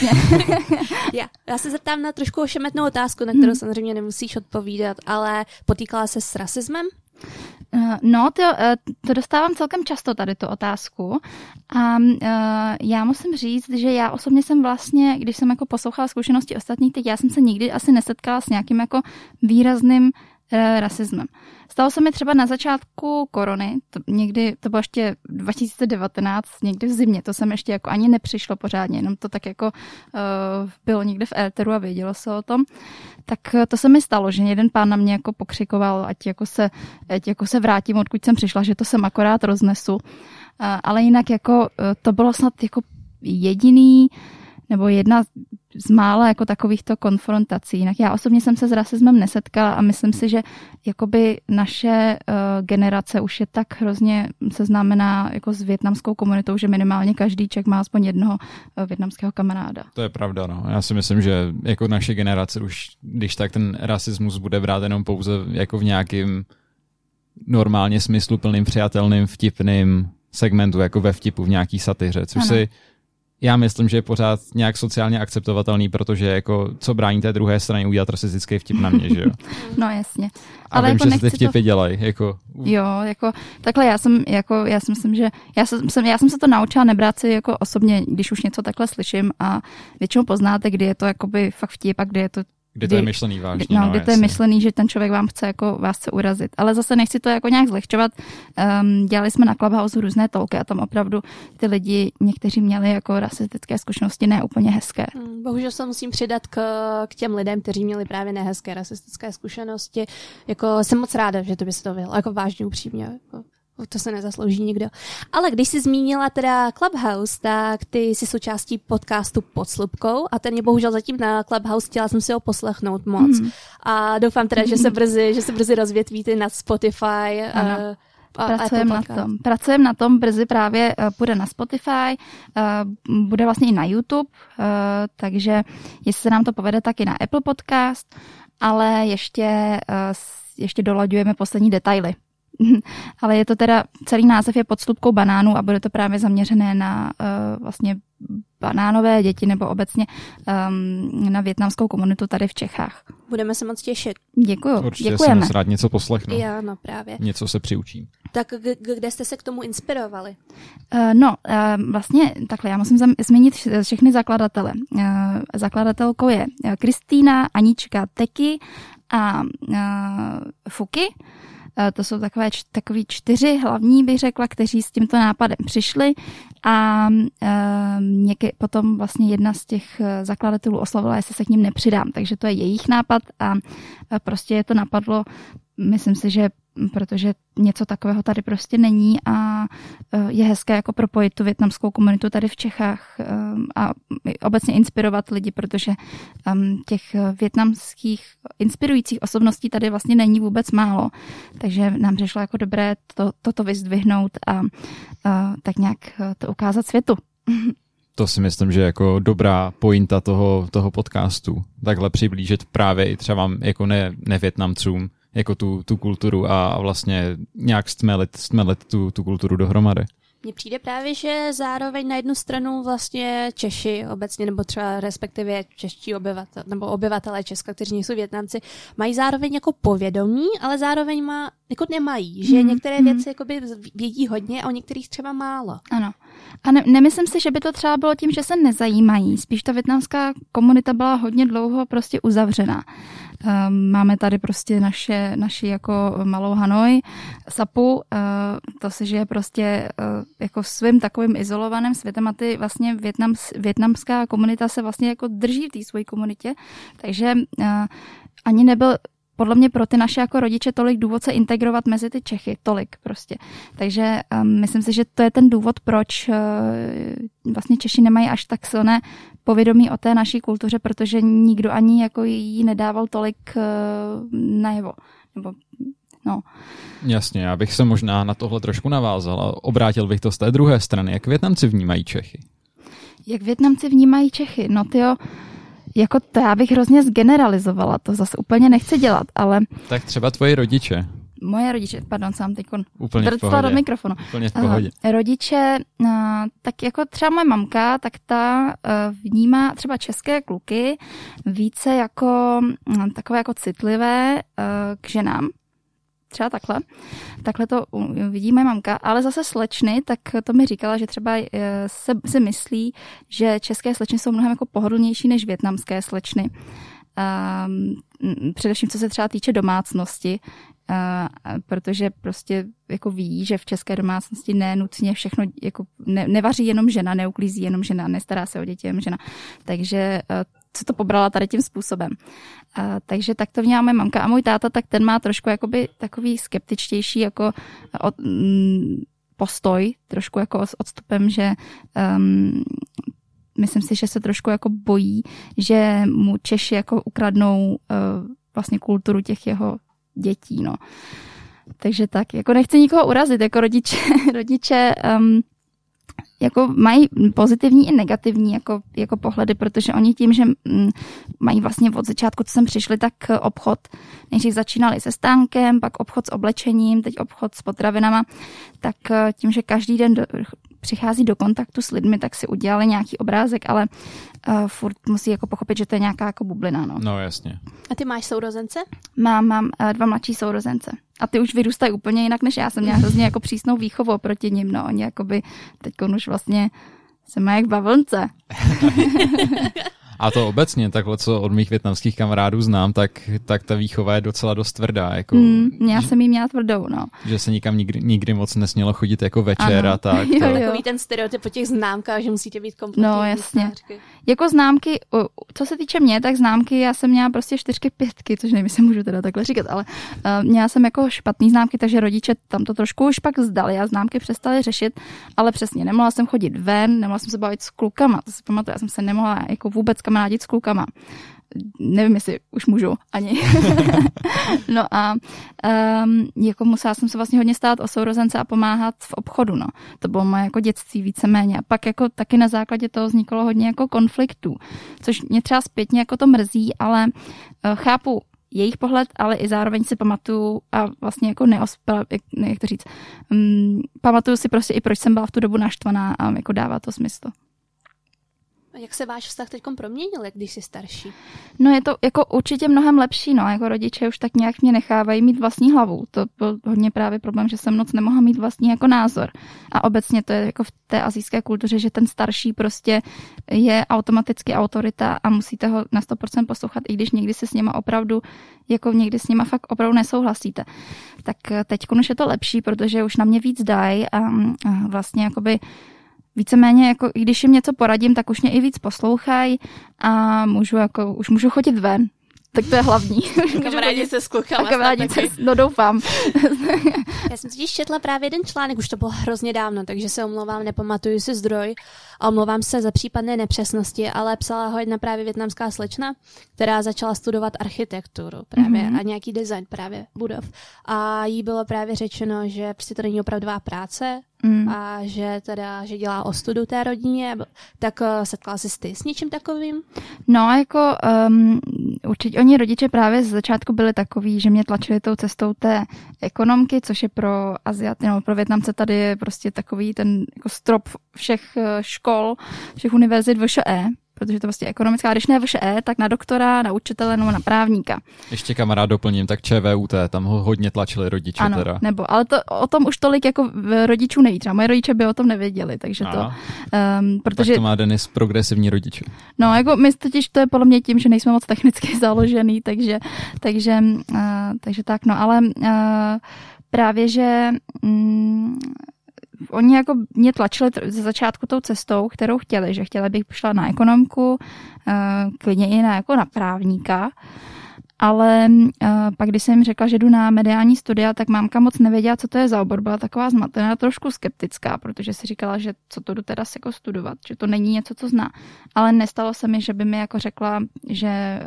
[SPEAKER 1] Já se zeptám na trošku ošemetnou otázku, na kterou samozřejmě nemusíš odpovídat, ale potýkala se s rasismem
[SPEAKER 3] No, to dostávám celkem často tady tu otázku a já musím říct, že já osobně jsem vlastně, když jsem jako poslouchala zkušenosti ostatních, tak já jsem se nikdy asi nesetkala s nějakým jako výrazným rasismem. Stalo se mi třeba na začátku korony, to bylo ještě 2019, někdy v zimě, to jsem ještě jako ani nepřišlo pořádně, jenom to tak jako bylo někde v éteru a vědělo se o tom. Tak to se mi stalo, že jeden pán na mě jako pokřikoval, ať jako se vrátím, odkud jsem přišla, že to jsem akorát roznesu. Ale jinak jako to bylo snad jako jediný nebo jedna z mála jako takovýchto konfrontací. Jinak já osobně jsem se s rasismem nesetkala a myslím si, že jakoby naše generace už je tak hrozně seznámená jako s vietnamskou komunitou, že minimálně každý Čech má aspoň jednoho vietnamského kamaráda.
[SPEAKER 2] To je pravda, no. Já si myslím, že jako naše generace už, když tak ten rasismus bude brát jenom pouze jako v nějakým normálně smysluplným, přijatelným, vtipným segmentu, jako ve vtipu, v nějaký satyře, což si já myslím, že je pořád nějak sociálně akceptovatelný, protože jako co brání té druhé straně udělat rasistický vtip na mě, že jo?
[SPEAKER 3] No jasně.
[SPEAKER 2] A ale vím, jako že se ty vtipy dělají. Jako...
[SPEAKER 3] Jo, jako takhle já si myslím, že já jsem se to naučila nebrát si jako osobně, když už něco takhle slyším a většinou poznáte, kdy je to jakoby fakt vtip a kdy je to
[SPEAKER 2] Kdy to je myšlený vážně.
[SPEAKER 3] Kdy to je myšlený, že ten člověk vás chce urazit. Ale zase nechci to jako nějak zlehčovat. Dělali jsme na Clubhouse různé talky a tam opravdu ty lidi, někteří měli jako rasistické zkušenosti ne úplně hezké.
[SPEAKER 1] Bohužel se musím přidat k těm lidem, kteří měli právě nehezké rasistické zkušenosti. Jako jsem moc ráda, že to by se to bylo. Jako vážně upřímně. Jako. To se nezaslouží nikdo. Ale když jsi zmínila teda Clubhouse, tak ty jsi součástí podcastu Pod slupkou a ten je bohužel zatím na Clubhouse, chtěla jsem si ho poslechnout moc. A doufám teda, že se brzy rozvětvíte na Spotify.
[SPEAKER 3] Pracujeme na tom, brzy právě půjde na Spotify, bude vlastně i na YouTube, takže jestli se nám to povede, tak i na Apple Podcast, ale ještě dolaďujeme poslední detaily. Ale je to teda, celý název je Pod slupkou banánů a bude to právě zaměřené na vlastně banánové děti nebo obecně na vietnamskou komunitu tady v Čechách.
[SPEAKER 1] Budeme se moc těšit.
[SPEAKER 3] Děkuju.
[SPEAKER 2] Určitě
[SPEAKER 3] Děkujeme.
[SPEAKER 2] jsem rád něco poslechnu.
[SPEAKER 1] Já, no právě.
[SPEAKER 2] Něco se přiučím.
[SPEAKER 1] Tak kde jste se k tomu inspirovali?
[SPEAKER 3] Vlastně takhle, já musím zmínit všechny zakladatele. Zakladatelkou je Kristýna, Anička, Teky a Fuky. To jsou takový 4 hlavní, bych řekla, kteří s tímto nápadem přišli a potom vlastně jedna z těch zakladatelů oslovila, jestli se k ním nepřidám. Takže to je jejich nápad a prostě je to napadlo, myslím si, že protože něco takového tady prostě není a je hezké jako propojit tu vietnamskou komunitu tady v Čechách a obecně inspirovat lidi, protože těch vietnamských inspirujících osobností tady vlastně není vůbec málo. Takže nám přišlo jako dobré toto vyzdvihnout a tak nějak to ukázat světu.
[SPEAKER 2] To si myslím, že jako dobrá pointa toho podcastu. Takhle přiblížit právě i třeba jako ne Vietnamcům, jako tu kulturu a vlastně nějak stmelit tu kulturu dohromady.
[SPEAKER 1] Mně přijde právě, že zároveň na jednu stranu vlastně Češi obecně, nebo třeba respektive čeští obyvatelé Česka, kteří nejsou Vietnamci, mají zároveň jako povědomí, ale zároveň jako nemají, že některé věci jakoby vědí hodně a o některých třeba málo.
[SPEAKER 3] Ano. A nemyslím si, že by to třeba bylo tím, že se nezajímají. Spíš ta vietnamská komunita byla hodně dlouho prostě uzavřená. Máme tady prostě naši jako malou Hanoj, Sapu, to se žije prostě jako svým takovým izolovaným světem a ty vlastně vietnamská komunita se vlastně jako drží v té své komunitě, takže ani nebyl podle mě pro ty naše jako rodiče tolik důvod se integrovat mezi ty Čechy, tolik prostě. Takže myslím si, že to je ten důvod, proč vlastně Češi nemají až tak silné povědomí o té naší kultuře, protože nikdo ani jako jí nedával tolik najevo. Nebo, no.
[SPEAKER 2] Jasně, já bych se možná na tohle trošku navázal a obrátil bych to z té druhé strany. Jak Vietnamci vnímají Čechy? Jak
[SPEAKER 3] Vietnamci vnímají Čechy? No tyjo, jako to já bych hrozně zgeneralizovala, to zase úplně nechci dělat, ale...
[SPEAKER 2] Tak třeba tvoji rodiče.
[SPEAKER 3] Moje rodiče, pardon, sám teď
[SPEAKER 2] drcla
[SPEAKER 3] do mikrofonu.
[SPEAKER 2] Úplně v pohodě.
[SPEAKER 3] Rodiče, tak jako třeba moje mamka, tak ta vnímá třeba české kluky více jako takové jako citlivé k ženám. třeba takhle to vidí moje mamka, ale zase slečny, tak to mi říkala, že třeba si myslí, že české slečny jsou mnohem jako pohodlnější než vietnamské slečny. Především co se třeba týče domácnosti, protože prostě jako ví, že v české domácnosti nenutně všechno, jako nevaří jenom žena, neuklízí jenom žena, nestará se o děti jenom žena. Takže co to pobrala tady tím způsobem. Takže tak to vnímá moje mamka a můj táta, tak ten má trošku jakoby takový skeptičtější jako postoj, trošku jako s odstupem, že myslím si, že se trošku jako bojí, že mu Češi jako ukradnou vlastně kulturu těch jeho dětí, no. Takže tak, jako nechci nikoho urazit, jako rodiče jako mají pozitivní i negativní jako pohledy, protože oni tím, že mají vlastně od začátku, co jsem přišli, tak obchod. Nejdřív začínali se stánkem, pak obchod s oblečením, teď obchod s potravinama, tak tím, že každý den přichází do kontaktu s lidmi, tak si udělali nějaký obrázek, ale furt musí jako pochopit, že to je nějaká jako bublina. No
[SPEAKER 2] jasně.
[SPEAKER 1] A ty máš sourozence?
[SPEAKER 3] Mám 2 mladší sourozence. A ty už vyrůstají úplně jinak, než já. Jsem měla hrozně jako přísnou výchovu oproti nim. No, oni jakoby teďkon už vlastně se mají jak bavlnce.
[SPEAKER 2] A to obecně, takhle, co od mých vietnamských kamarádů znám, tak ta výchova je docela dost tvrdá. Jako,
[SPEAKER 3] já jsem jí měla tvrdou, no.
[SPEAKER 2] Že se nikam nikdy moc nesmělo chodit jako večer a tak.
[SPEAKER 1] Jo. Takový ten stereotyp o těch známkách, že musíte být kompletní.
[SPEAKER 3] No, jasně. Jako známky, co se týče mě, tak známky, já jsem měla prostě 4, 5, což nevím, jestli můžu teda takhle říkat, ale měla jsem jako špatný známky, takže rodiče tam to trošku už pak vzdali a známky přestali řešit, ale přesně, nemohla jsem chodit ven, nemohla jsem se bavit s klukama, to si pamatuju, já jsem se nemohla jako vůbec kamarádit s klukama. Nevím, jestli už můžu ani. No a jako musela jsem se vlastně hodně stát o sourozence a pomáhat v obchodu, no. To bylo moje jako dětství víceméně. A pak jako taky na základě toho vzniklo hodně jako konfliktů, což mě třeba zpětně jako to mrzí, ale chápu jejich pohled, ale i zároveň si pamatuju a vlastně jako jak to říct, pamatuju si prostě i proč jsem byla v tu dobu naštvaná a jako dává to smysl.
[SPEAKER 1] A jak se váš vztah teďkom proměnil, jak když jsi starší?
[SPEAKER 3] No je to jako určitě mnohem lepší, no, jako rodiče už tak nějak mě nechávají mít vlastní hlavu. To byl hodně právě problém, že jsem moc nemohla mít vlastní jako názor. A obecně to je jako v té asijské kultuře, že ten starší prostě je automaticky autorita a musíte ho na 100% poslouchat, i když někdy se s nima opravdu, jako někdy s nima fakt opravdu nesouhlasíte. Tak teď už je to lepší, protože už na mě víc dají a vlastně jakoby víceméně, jako i když jim něco poradím, tak už mě i víc poslouchají a už můžu chodit ven. Tak to je hlavní.
[SPEAKER 1] Kamarádit se s klukama.
[SPEAKER 3] No doufám.
[SPEAKER 1] Já jsem totiž četla právě jeden článek, už to bylo hrozně dávno, takže se omlouvám, nepamatuju si zdroj a omlouvám se za případné nepřesnosti, ale psala ho jedna právě vietnamská slečna, která začala studovat architekturu právě a nějaký design právě budov. A jí bylo právě řečeno, že prostě to není opravdová práce, a že dělá ostudu té rodině, tak setkala jsi ty s něčím takovým?
[SPEAKER 3] No, jako určitě oni rodiče právě z začátku byli takový, že mě tlačili tou cestou té ekonomky, což je pro Aziaty, nebo pro Vietnamce tady je prostě takový ten jako strop všech škol, všech univerzit VŠE, protože to prostě ekonomická, když ne VŠE, tak na doktora, na učitele nebo na právníka.
[SPEAKER 2] Ještě kamarád doplním, tak ČVUT, tam ho hodně tlačili rodiče.
[SPEAKER 3] Ano,
[SPEAKER 2] teda.
[SPEAKER 3] Nebo, ale to, o tom už tolik jako rodičů neví. Třeba moje rodiče by o tom nevěděli, takže to...
[SPEAKER 2] protože... Tak to má Denis progresivní rodiče.
[SPEAKER 3] No, jako my totiž to je podle mě tím, že nejsme moc technicky založený, takže tak, no, ale právě, že... Oni jako mě tlačili ze začátku tou cestou, kterou chtěli, že chtěli, bych šla na ekonomku, klidně i jako na právníka, ale pak, když jsem jim řekla, že jdu na mediální studia, tak mámka moc nevěděla, co to je za obor, byla taková zmatená, trošku skeptická, protože si říkala, že co to jdu teda jako studovat, že to není něco, co zná. Ale nestalo se mi, že by mi jako řekla, že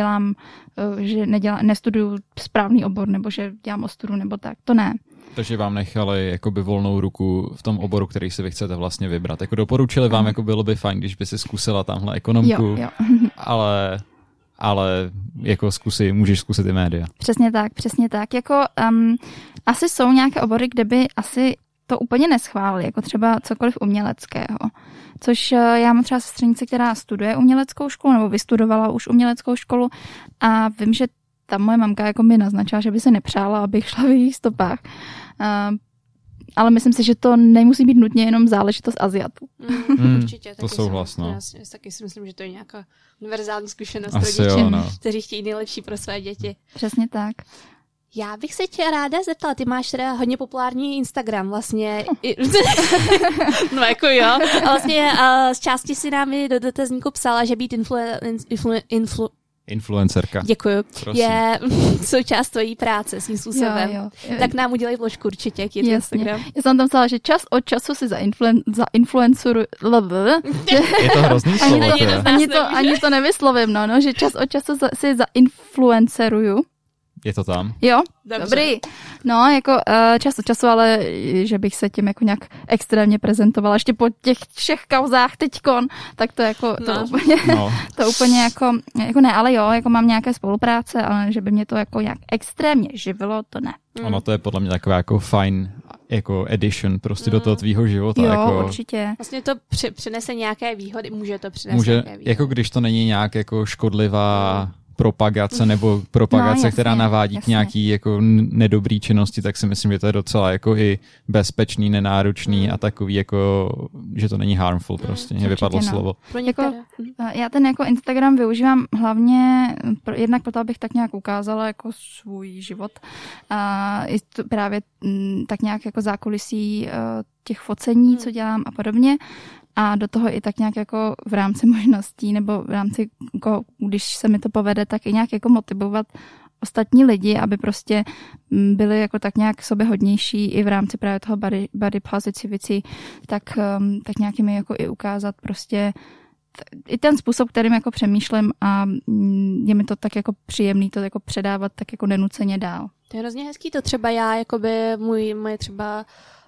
[SPEAKER 3] nestuduju správný obor, nebo že dělám ostudu, nebo tak, to ne.
[SPEAKER 2] Takže vám nechali jakoby volnou ruku v tom oboru, který si vy chcete vlastně vybrat. Jako doporučili vám, jako bylo by fajn, když by si zkusila tamhle ekonomku,
[SPEAKER 3] jo.
[SPEAKER 2] ale jako můžeš zkusit i média.
[SPEAKER 3] Přesně tak. Jako asi jsou nějaké obory, kde by asi to úplně neschválili, jako třeba cokoliv uměleckého. Což já mám třeba sestřenici, která studuje uměleckou školu, nebo vystudovala už uměleckou školu a vím, že ta moje mamka jako mi naznačila, že by se nepřála, abych šla v jejich stopách. Ale myslím si, že to nemusí být nutně jenom záležitost Asiatů.
[SPEAKER 1] Určitě.
[SPEAKER 2] To souhlasno.
[SPEAKER 1] Já taky si myslím, že to je nějaká univerzální zkušenost
[SPEAKER 2] Asi
[SPEAKER 1] rodiče,
[SPEAKER 2] jo, no.
[SPEAKER 1] kteří chtějí nejlepší pro své děti.
[SPEAKER 3] Přesně tak.
[SPEAKER 1] Já bych se tě ráda zeptala, ty máš teda hodně populární Instagram vlastně. No jako jo. A vlastně z části si nám do dotazníku psala, že být
[SPEAKER 2] influencerka.
[SPEAKER 1] Děkuju.
[SPEAKER 2] Prosím.
[SPEAKER 1] Je součást tvojí práce svým způsobem.
[SPEAKER 3] Jo.
[SPEAKER 1] Tak nám udělej vložku určitě, jaký je Instagram.
[SPEAKER 3] Já jsem tam psala, že čas od času si zainfluenceruju.
[SPEAKER 2] Je to hrozný slovo.
[SPEAKER 3] Ani to nevyslovím, no, že čas od času si zainfluenceruju.
[SPEAKER 2] Je to tam?
[SPEAKER 3] Jo,
[SPEAKER 1] Dobře.
[SPEAKER 3] Dobrý. No, jako čas od času, ale že bych se tím jako nějak extrémně prezentovala. Ještě po těch všech kauzách teďkon, tak to jako to úplně jako ne, ale jo, jako mám nějaké spolupráce, ale že by mě to jako nějak extrémně živilo, to ne.
[SPEAKER 2] Ono to je podle mě taková jako fajn jako addition prostě do toho tvýho života.
[SPEAKER 3] Jo,
[SPEAKER 2] jako,
[SPEAKER 3] určitě.
[SPEAKER 1] Vlastně to přinese nějaké výhody, může to přinést nějaké výhody.
[SPEAKER 2] Jako když to není nějak jako škodlivá propagace nebo propagace,
[SPEAKER 3] jasně,
[SPEAKER 2] která navádí k nějaký jako nedobrý činnosti, tak si myslím, že to je docela jako i bezpečný, nenáročný a takový jako, že to není harmful prostě. Mě vypadlo slovo.
[SPEAKER 3] Jako, já ten jako Instagram využívám hlavně jednak proto, abych tak nějak ukázala jako svůj život. I právě tak nějak jako zákulisí těch focení, co dělám a podobně. A do toho i tak nějak jako v rámci možností nebo v rámci, jako, když se mi to povede, tak i nějak jako motivovat ostatní lidi, aby prostě byli jako tak nějak sobehodnější i v rámci právě toho body positivity, tak nějak mi jako i ukázat prostě i ten způsob, kterým jako přemýšlím a je mi to tak jako příjemný to jako předávat tak jako nenuceně dál.
[SPEAKER 1] To je hrozně hezký, to třeba já, jakoby moje třeba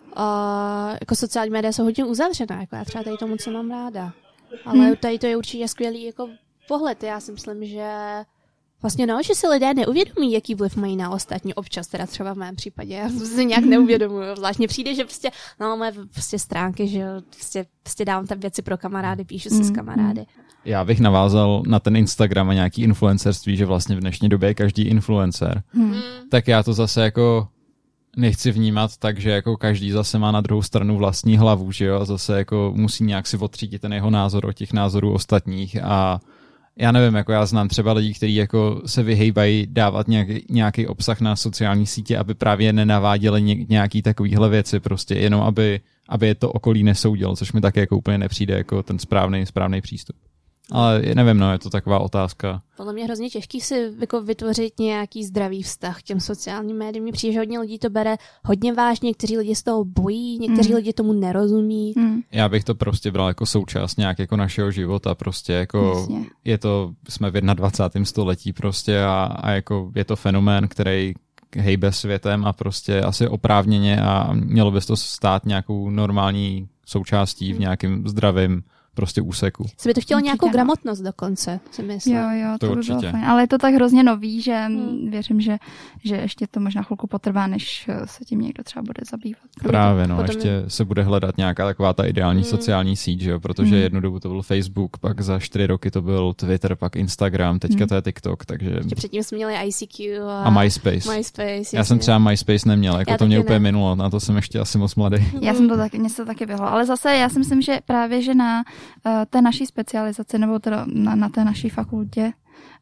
[SPEAKER 1] jako sociální média jsou hodně uzavřená, jako já třeba tady to moc mám ráda. Ale tady to je určitě skvělý jako pohled. Já si myslím, že vlastně že si lidé neuvědomí, jaký vliv mají na ostatní občas, teda třeba v mém případě. Já si nějak neuvědomuji. Zvláštně přijde, že prostě moje prostě stránky, že prostě dávám tam věci pro kamarády, píšu si s kamarády.
[SPEAKER 2] Já bych navázal na ten Instagram a nějaký influencerství, že vlastně v dnešní době je každý influencer. Tak já to zase jako nechci vnímat tak, že jako každý zase má na druhou stranu vlastní hlavu, že jo, a zase jako musí nějak si odtřídit ten jeho názor od těch názorů ostatních a já nevím, jako já znám třeba lidi, kteří jako se vyhejbají dávat nějaký obsah na sociální sítě, aby právě nenaváděli nějaký takovýhle věci, prostě jenom aby je to okolí nesoudilo, což mi také jako úplně nepřijde jako ten správný přístup. Ale nevím, je to taková otázka.
[SPEAKER 1] Podle mě hrozně těžký si jako vytvořit nějaký zdravý vztah k těm sociálním médiím. Mně přijde, že hodně lidí to bere hodně vážně, někteří lidi z toho bojí, někteří lidi tomu nerozumí.
[SPEAKER 2] Já bych to prostě bral jako součást nějak jako našeho života, prostě jako je to, jsme v 21. století prostě a jako je to fenomén, který hejbe světem a prostě asi oprávněně a mělo by to stát nějakou normální součástí v nějakém zdravém prostě úseku.
[SPEAKER 1] Se by to chtělo nějakou gramotnost dokonce, si myslím.
[SPEAKER 3] Jo, to by bylo fajn. Ale je to tak hrozně nový, že věřím, že ještě to možná chvilku potrvá, než se tím někdo třeba bude zabývat.
[SPEAKER 2] Právě, ještě se bude hledat nějaká taková ta ideální sociální síť, že jo, protože jednu dobu to byl Facebook, pak za 4 roky to byl Twitter, pak Instagram, teďka to je TikTok, takže...
[SPEAKER 1] Ještě předtím jsme měli ICQ
[SPEAKER 2] a MySpace. Já jsem třeba MySpace neměl, jako to mě úplně minulo, na to jsem ještě asi moc mladý.
[SPEAKER 3] Mně se to taky vyhlo, ale zase já si myslím, že právě, že na té naší specializaci nebo teda na té naší fakultě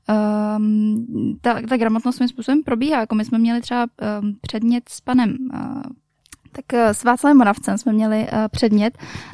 [SPEAKER 3] ta gramotnost svým způsobem probíhá. Jako my jsme měli třeba předmět s panem s Václavem Moravcem jsme měli předmět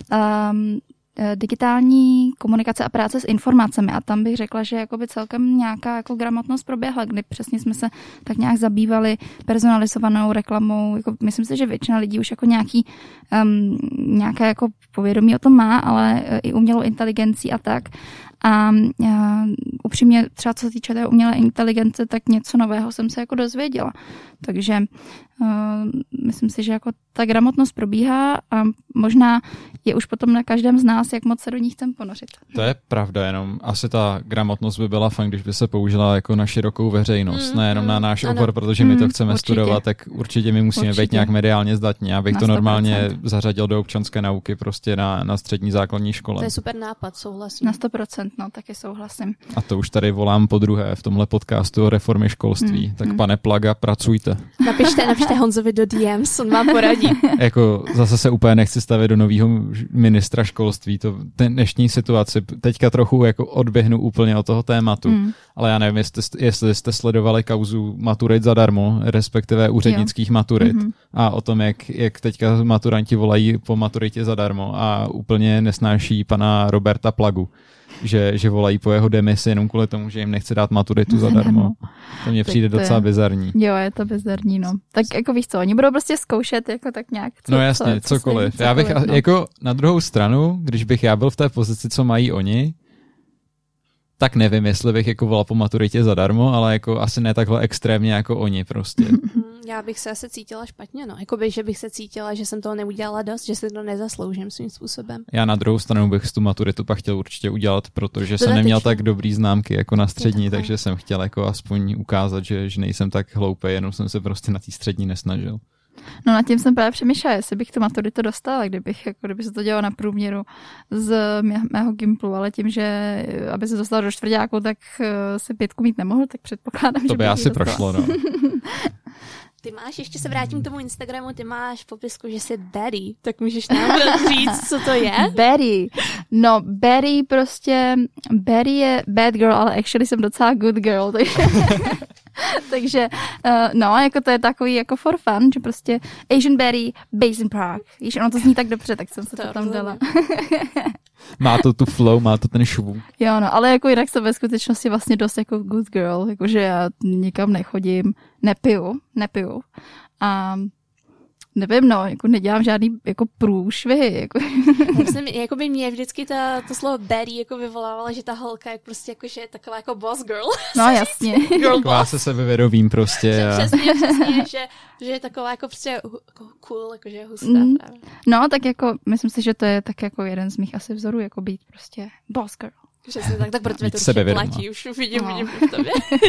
[SPEAKER 3] digitální komunikace a práce s informacemi a tam bych řekla, že jakoby celkem nějaká jako gramotnost proběhla, kdy přesně jsme se tak nějak zabývali personalizovanou reklamou. Jako, myslím si, že většina lidí už jako nějaké jako povědomí o tom má, ale i umělou inteligencí a tak. A upřímně třeba co se týče té umělé inteligence, tak něco nového jsem se jako dozvěděla. Takže myslím si, že jako ta gramotnost probíhá a možná je už potom na každém z nás, jak moc se do ní chcem ponořit.
[SPEAKER 2] To je pravda, jenom asi ta gramotnost by byla fajn, když by se použila jako na širokou veřejnost, nejenom na náš obor, protože my to chceme studovat, tak určitě my musíme být nějak mediálně zdatní. Já bych to normálně zařadil do občanské nauky prostě na střední základní škole.
[SPEAKER 1] To je super nápad, souhlasím.
[SPEAKER 3] Na 100%, no, taky souhlasím.
[SPEAKER 2] A to už tady volám podruhé v tomhle podcastu o reformě školství. Tak pane Plaga, pracujte.
[SPEAKER 1] Napište Honzovi do DMs, on vám poradí.
[SPEAKER 2] Jako zase se úplně nechci stavit do nového ministra školství. To ten dnešní situaci teďka trochu jako odběhnu úplně od toho tématu, ale já nevím, jestli jste sledovali kauzu maturit zadarmo, respektive úřednických maturit a o tom, jak teďka maturanti volají po maturitě zadarmo a úplně nesnáší pana Roberta Plagu. Že volají po jeho demisi jenom kvůli tomu, že jim nechce dát maturitu zadarmo. To mně přijde docela bizarní.
[SPEAKER 3] Jo, je to bizarní, no. Tak jako víš co, oni budou prostě zkoušet jako tak nějak.
[SPEAKER 2] No jasně, cokoliv. Já bych jako na druhou stranu, když bych já byl v té pozici, co mají oni, tak nevím, jestli bych jako volal po maturitě zadarmo, ale jako asi ne takhle extrémně jako oni prostě.
[SPEAKER 1] Já bych se asi cítila špatně, no. Jakoby, že bych se cítila, že jsem toho neudělala dost, že si to nezasloužím svým způsobem.
[SPEAKER 2] Já na druhou stranu bych tu maturitu pak chtěl určitě udělat, protože jsem neměl tak dobrý známky jako na střední, takže jsem chtěl jako aspoň ukázat, že nejsem tak hloupej, jenom jsem se prostě na té střední nesnažil.
[SPEAKER 3] No nad tím jsem právě přemýšlela, jestli bych tu maturitu dostala, kdyby se to dělalo na průměru z mého gimplu, ale tím, že aby se dostala do čtvrťáku, tak se 5 mít nemohl, tak předpokládám, že
[SPEAKER 2] to by asi prošlo, no.
[SPEAKER 1] Ty máš, ještě se vrátím k tomu Instagramu, ty máš v popisku, že jsi Betty, tak můžeš nám říct, co to je? Betty.
[SPEAKER 3] No, Betty je bad girl, ale actually jsem docela good girl, takže no, jako to je takový jako for fun, že prostě Asian Betty, based in Prague. Víš, ono to zní tak dobře, tak jsem se to tam dala.
[SPEAKER 2] Má to tu flow, má to ten švůj.
[SPEAKER 3] Jo, no, ale jako jinak jsem ve skutečnosti vlastně dost jako good girl, jakože já nikam nechodím, nepiju. A nevím, no, jako nedělám žádný jako průšvihy.
[SPEAKER 1] Jako by mě vždycky to slovo Betty jako vyvolávalo, že ta holka je prostě jako, že je taková jako boss girl.
[SPEAKER 3] No jasně.
[SPEAKER 2] Taková se sebevědomím prostě.
[SPEAKER 1] Přesně, že je taková jako prostě jako cool, jakože je hustá. Právě.
[SPEAKER 3] No, tak jako myslím si, že to je tak jako jeden z mých asi vzorů, jako být prostě boss girl.
[SPEAKER 1] Přesně tak pro tebe to určitě platí, už vidím v tobě.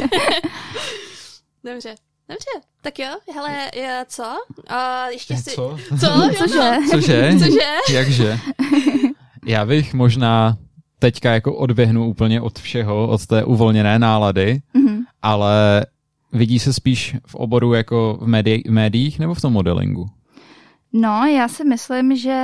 [SPEAKER 1] Dobře, tak jo, hele, co? Ještě si...
[SPEAKER 2] Co?
[SPEAKER 3] Cože?
[SPEAKER 2] Cože? Jakže? Já bych možná teďka jako odběhnu úplně od všeho, od té uvolněné nálady, ale vidí se spíš v oboru jako v médiích nebo v tom modelingu?
[SPEAKER 3] No, já si myslím, že...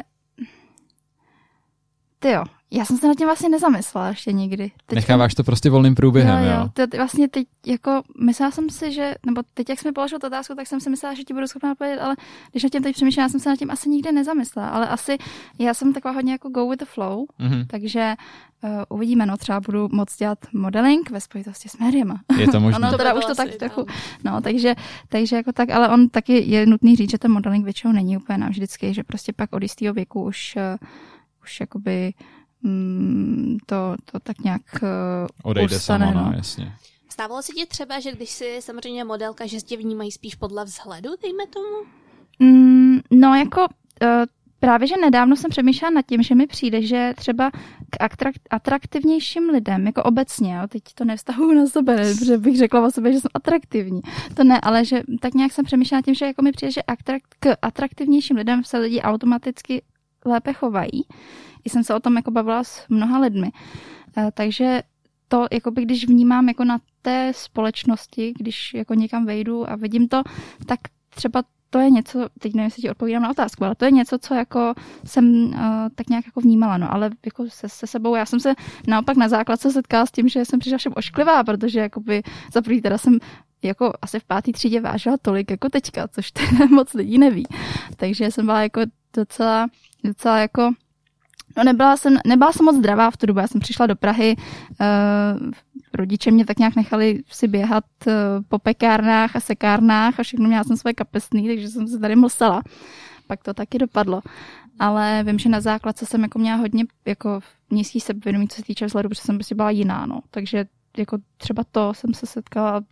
[SPEAKER 3] Tyjo, já jsem se nad tím vlastně nezamyslela ještě nikdy.
[SPEAKER 2] Necháváš to prostě volným průběhem, jo?
[SPEAKER 3] Vlastně teď jako myslela jsem si, že, nebo teď jak jsme položili tu otázku, tak jsem si myslela, že ti budu schopná odpovědět, ale když nad tím teď přemýšlela, já jsem se nad tím asi nikdy nezamyslela, ale asi já jsem taková hodně jako go with the flow, takže uvidíme, no třeba budu moc dělat modeling ve spojitosti s médiama.
[SPEAKER 2] Je to možné.
[SPEAKER 3] Ono teda už to tak trochu, no takže jako tak, ale on taky je nutný říct, že ten modeling většinou není úplně navždycky, že prostě pak od jistého věku už jakoby to tak nějak
[SPEAKER 2] odejde
[SPEAKER 3] ustane,
[SPEAKER 2] samo, no, jasně.
[SPEAKER 1] Stávalo se ti třeba, že když jsi samozřejmě modelka, že tě vnímají spíš podle vzhledu, dejme tomu?
[SPEAKER 3] No jako právě, že nedávno jsem přemýšlela nad tím, že mi přijde, že třeba k atraktivnějším lidem, jako obecně, jo, teď to nevztahuji na sebe, protože bych řekla o sobě, že jsem atraktivní. To ne, ale že tak nějak jsem přemýšlela nad tím, že jako mi přijde, že k atraktivnějším lidem se lidi automaticky lépe chovají. Jsem se o tom jako bavila s mnoha lidmi. Takže to, jakoby, když vnímám jako na té společnosti, když jako někam vejdu a vidím to, tak třeba to je něco, teď nevím, jestli ti odpovídám na otázku, ale to je něco, co jako jsem tak nějak jako vnímala, no, ale jako se sebou, já jsem se naopak na základce setkala s tím, že jsem přišla všem ošklivá, protože jakoby za první teda jsem jako asi v 5. třídě vážila tolik jako teďka, což teda moc lidí neví. Takže jsem byla jako docela jako no nebyla jsem moc zdravá v tu dobu, já jsem přišla do Prahy, rodiče mě tak nějak nechali si běhat po pekárnách a sekárnách a všechno měla jsem svoje kapesný, takže jsem se tady mlsala. Pak to taky dopadlo. Ale vím, že na základce jsem jako měla hodně jako nízký sebevědomí, co se týče vzhledu, protože jsem prostě byla jiná, no. Takže jako třeba to jsem se setkala,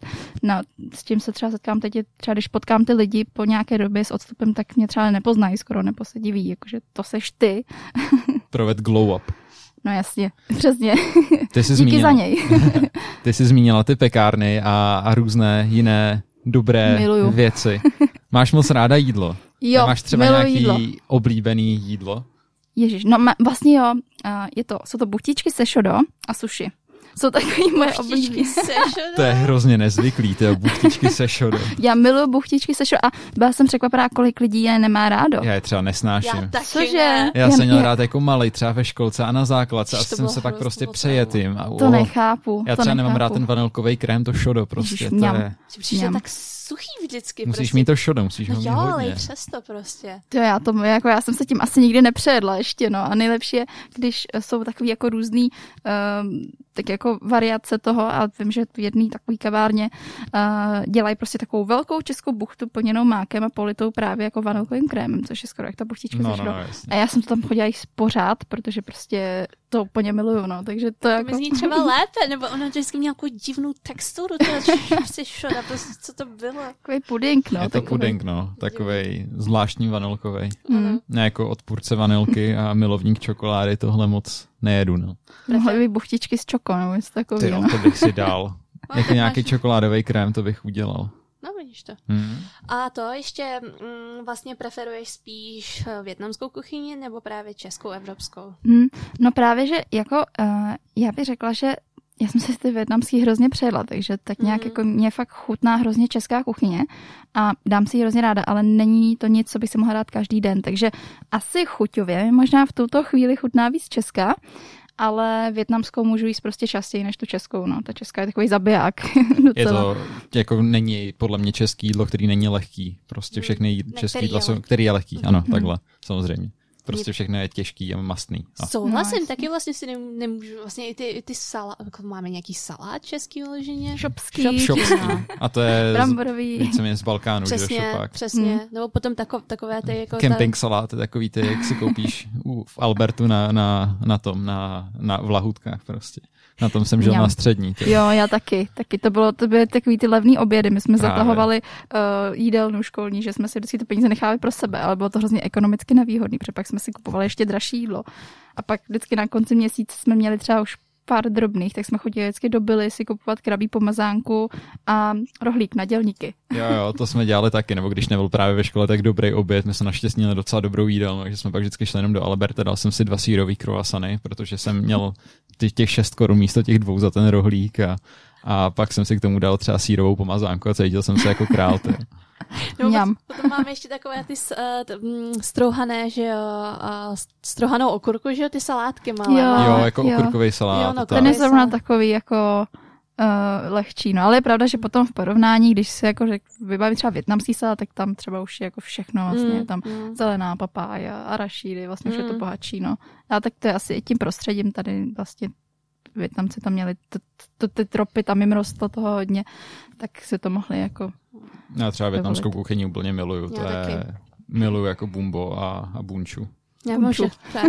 [SPEAKER 3] s tím se třeba setkám teď, třeba když potkám ty lidi po nějaké době s odstupem, tak mě třeba nepoznají skoro, nebo se diví, jakože to seš ty.
[SPEAKER 2] Proved glow up.
[SPEAKER 3] No jasně, přesně.
[SPEAKER 2] Díky
[SPEAKER 3] za něj.
[SPEAKER 2] Ty jsi zmínila ty pekárny a různé jiné dobré věci. Máš moc ráda jídlo?
[SPEAKER 3] Jo,
[SPEAKER 2] máš třeba nějaký oblíbený jídlo?
[SPEAKER 3] Ježiš, no vlastně jo, jsou to buchtičky se šodo a sushi. Jsou takový moje oblíbené.
[SPEAKER 2] To je hrozně nezvyklý, ty buchtičky se šodo.
[SPEAKER 3] Já miluji buchtičky se šodo a byla jsem překvapená, kolik lidí je nemá rádo.
[SPEAKER 2] Já je třeba nesnáším.
[SPEAKER 3] Já taky ne.
[SPEAKER 2] Já jsem měl rád jako malej, třeba ve školce a na základce a jsem se pak prostě přejetým.
[SPEAKER 3] To nechápu.
[SPEAKER 2] Já třeba nemám rád ten vanilkový krém, to šodo prostě.
[SPEAKER 1] Ježiš, to je... Přišel tak suchý vždycky.
[SPEAKER 2] Musíš mít to šodo, musíš ho mít hodně.
[SPEAKER 1] ale i přesto prostě.
[SPEAKER 3] To já jsem se tím asi nikdy nepřejedla ještě, no. A nejlepší je, když jsou takový jako různý tak jako variace toho a vím, že v jedné takové kavárně dělají prostě takovou velkou českou buchtu plněnou mákem a politou právě jako vanilkovým krémem, což je skoro jak ta buchtička se šlo. A já jsem to tam chodila jich pořád, protože prostě to úplně miluju, no. Takže to jako...
[SPEAKER 1] To zní třeba lépe, nebo ono vždycky měl takovou divnou texturu, prostě šoda, prostě co to bylo.
[SPEAKER 3] Takový puding, no.
[SPEAKER 2] Je to puding, no. Takovej zvláštní vanilkovej. Ne jako odpůrce vanilky a milovník čokolády, tohle moc nejedu, no.
[SPEAKER 3] Mohly by buchtičky s čoko, nebo něco takového.
[SPEAKER 2] No, to bych si dal. Jako nějaký čokoládový krém, to bych udělal.
[SPEAKER 1] No, vidíš to. A to ještě vlastně preferuješ spíš vietnamskou kuchyni nebo právě českou, evropskou?
[SPEAKER 3] No právě, že jako já bych řekla, že já jsem si ty vietnamský hrozně přejela, takže tak nějak jako mě fakt chutná hrozně česká kuchyně a dám si ji hrozně ráda, ale není to nic, co bych si mohla dát každý den, takže asi chuťově možná v tuto chvíli chutná víc česká, ale vietnamskou můžu jíst prostě častěji než tu českou, no. Ta česká je takový zabiják.
[SPEAKER 2] Je to, jako není podle mě český jídlo, který není lehký. Prostě všechny český jídla jsou, který je lehký, ano, takhle, samozřejmě. Prostě všechno je těžký a mastný.
[SPEAKER 1] Souhlasím, taky vlastně si nemůžu, vlastně i ty salát, máme nějaký salát český vyloženě?
[SPEAKER 3] Šopský.
[SPEAKER 2] A to je
[SPEAKER 3] bramborový.
[SPEAKER 2] Víceméně z Balkánu,
[SPEAKER 1] přesně,
[SPEAKER 2] že šopák.
[SPEAKER 1] Přesně, nebo potom takové ty jako...
[SPEAKER 2] Camping salát, takový ty, jak si koupíš v Albertu v lahůdkách prostě. Na tom jsem žil na střední.
[SPEAKER 3] Jo, já taky. To byly takový ty levný obědy. My jsme zatahovali jídelnu školní, že jsme si vždycky ty peníze nechávali pro sebe, ale bylo to hrozně ekonomicky nevýhodný, protože pak jsme si kupovali ještě dražší jídlo. A pak vždycky na konci měsíce jsme měli třeba už pár drobných, tak jsme chodili vždycky do Billy si kupovat krabí pomazánku a rohlík na dělníky.
[SPEAKER 2] Jo, to jsme dělali taky, nebo když nebyl právě ve škole tak dobrý oběd, my jsme naštěstí měli docela dobrou jídelnu, takže jsme pak vždycky šli jenom do Alberta, dal jsem si 2 sýrový croissany, protože jsem měl těch 6 korun místo těch 2 za ten rohlík a pak jsem si k tomu dal třeba sýrovou pomazánku a cítil jsem se jako král.
[SPEAKER 1] No, potom máme ještě takové ty strouhané, že jo, strouhanou okurku, že jo, ty salátky malé.
[SPEAKER 2] Jo, jako okurkový salát.
[SPEAKER 1] Jo, no,
[SPEAKER 3] ten je zrovna takový jako lehčí, no ale je pravda, že potom v porovnání, když se jako vybaví třeba vietnamský salát, tak tam třeba už je jako všechno vlastně, tam zelená papája, arašídy, vlastně už je to bohatší, no. A tak to je asi i tím prostředím tady vlastně Vietnamci tam měli ty tropy, tam jim rostlo toho hodně, tak si to mohli jako...
[SPEAKER 2] Já třeba vietnamskou kuchyni úplně miluju, to je miluju jako bumbo a bunču.
[SPEAKER 1] Já mám